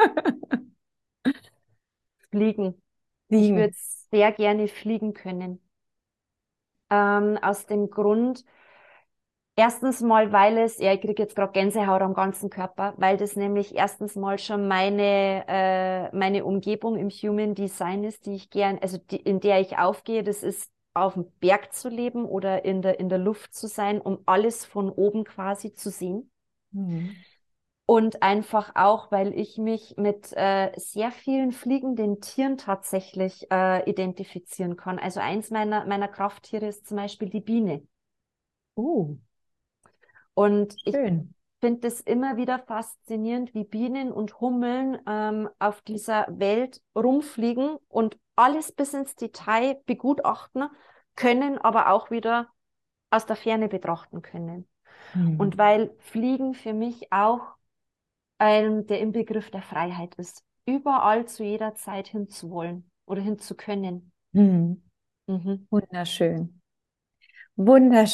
Fliegen. Ich würde Liegen. sehr gerne fliegen können. Ähm, aus dem Grund, erstens mal, weil es, ja, ich kriege jetzt gerade Gänsehaut am ganzen Körper, weil das nämlich erstens mal schon meine, äh, meine Umgebung im Human Design ist, die ich gern, also die, in der ich aufgehe. Das ist auf dem Berg zu leben oder in der, in der Luft zu sein, um alles von oben quasi zu sehen. Mhm. Und einfach auch, weil ich mich mit äh, sehr vielen fliegenden Tieren tatsächlich äh, identifizieren kann. Also eins meiner, meiner Krafttiere ist zum Beispiel die Biene. Oh, Und ich schön. finde es immer wieder faszinierend, wie Bienen und Hummeln ähm, auf dieser Welt rumfliegen und alles bis ins Detail begutachten können, aber auch wieder aus der Ferne betrachten können. Und Mhm. weil Fliegen für mich auch ein, der Inbegriff der Freiheit ist, überall zu jeder Zeit hinzuwollen oder hinzukönnen. Mhm. Mhm. Wunderschön.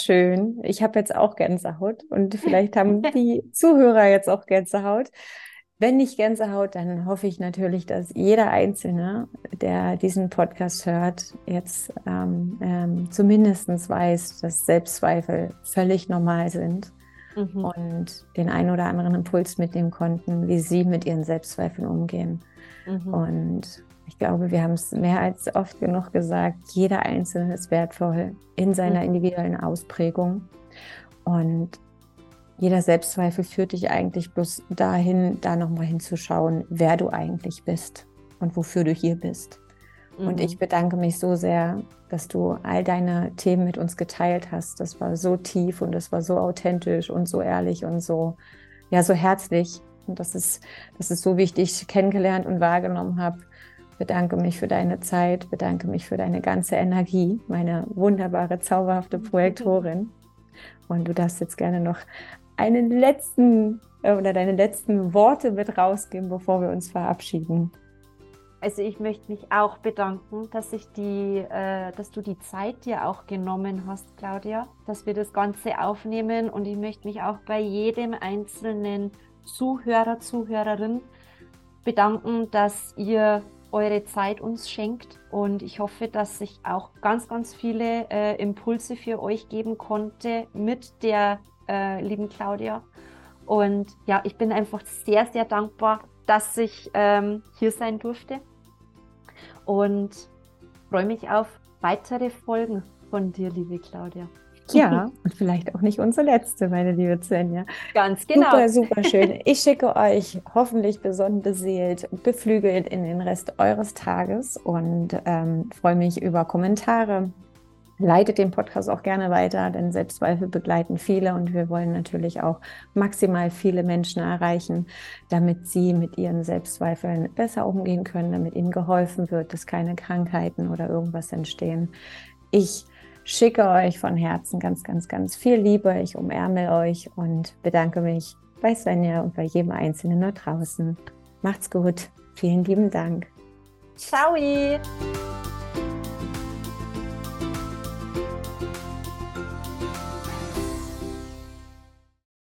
Wunderschön. Ich habe jetzt auch Gänsehaut und vielleicht haben die Zuhörer jetzt auch Gänsehaut. wenn nicht Gänsehaut, dann hoffe ich natürlich, dass jeder Einzelne, der diesen Podcast hört, jetzt ähm, ähm, zumindest weiß, dass Selbstzweifel völlig normal sind mhm. und den einen oder anderen Impuls mitnehmen konnten, wie sie mit ihren Selbstzweifeln umgehen. Mhm. Und ich glaube, wir haben es mehr als oft genug gesagt, jeder Einzelne ist wertvoll in seiner mhm. individuellen Ausprägung. Und jeder Selbstzweifel führt dich eigentlich bloß dahin, da nochmal hinzuschauen, wer du eigentlich bist und wofür du hier bist. Mhm. Und ich bedanke mich so sehr, dass du all deine Themen mit uns geteilt hast. Das war so tief und das war so authentisch und so ehrlich und so, ja, so herzlich. Und das ist, das ist so, wie ich dich kennengelernt und wahrgenommen habe. Bedanke mich für deine Zeit, bedanke mich für deine ganze Energie, meine wunderbare, zauberhafte Projektorin. Und du darfst jetzt gerne noch einen letzten äh, oder deine letzten Worte mit rausgeben, bevor wir uns verabschieden. Also ich möchte mich auch bedanken, dass ich die, äh, dass du die Zeit dir auch genommen hast, Claudia, dass wir das Ganze aufnehmen, und ich möchte mich auch bei jedem einzelnen Zuhörer, Zuhörerin bedanken, dass ihr eure Zeit uns schenkt, und ich hoffe, dass ich auch ganz, ganz viele äh, Impulse für euch geben konnte mit der äh, lieben Claudia. Und ja, ich bin einfach sehr, sehr dankbar, dass ich ähm, hier sein durfte, und freue mich auf weitere Folgen von dir, liebe Claudia. Ja, und vielleicht auch nicht unsere letzte, meine liebe Svenja. Ganz genau. Super, super schön. Ich schicke euch hoffentlich besonnen, beseelt, beflügelt in den Rest eures Tages und ähm, freue mich über Kommentare. Leitet den Podcast auch gerne weiter, denn Selbstzweifel begleiten viele, und wir wollen natürlich auch maximal viele Menschen erreichen, damit sie mit ihren Selbstzweifeln besser umgehen können, damit ihnen geholfen wird, dass keine Krankheiten oder irgendwas entstehen. Ich schicke euch von Herzen ganz, ganz, ganz viel Liebe. Ich umärmel euch und bedanke mich bei Svenja und bei jedem Einzelnen da draußen. Macht's gut. Vielen lieben Dank. Ciao.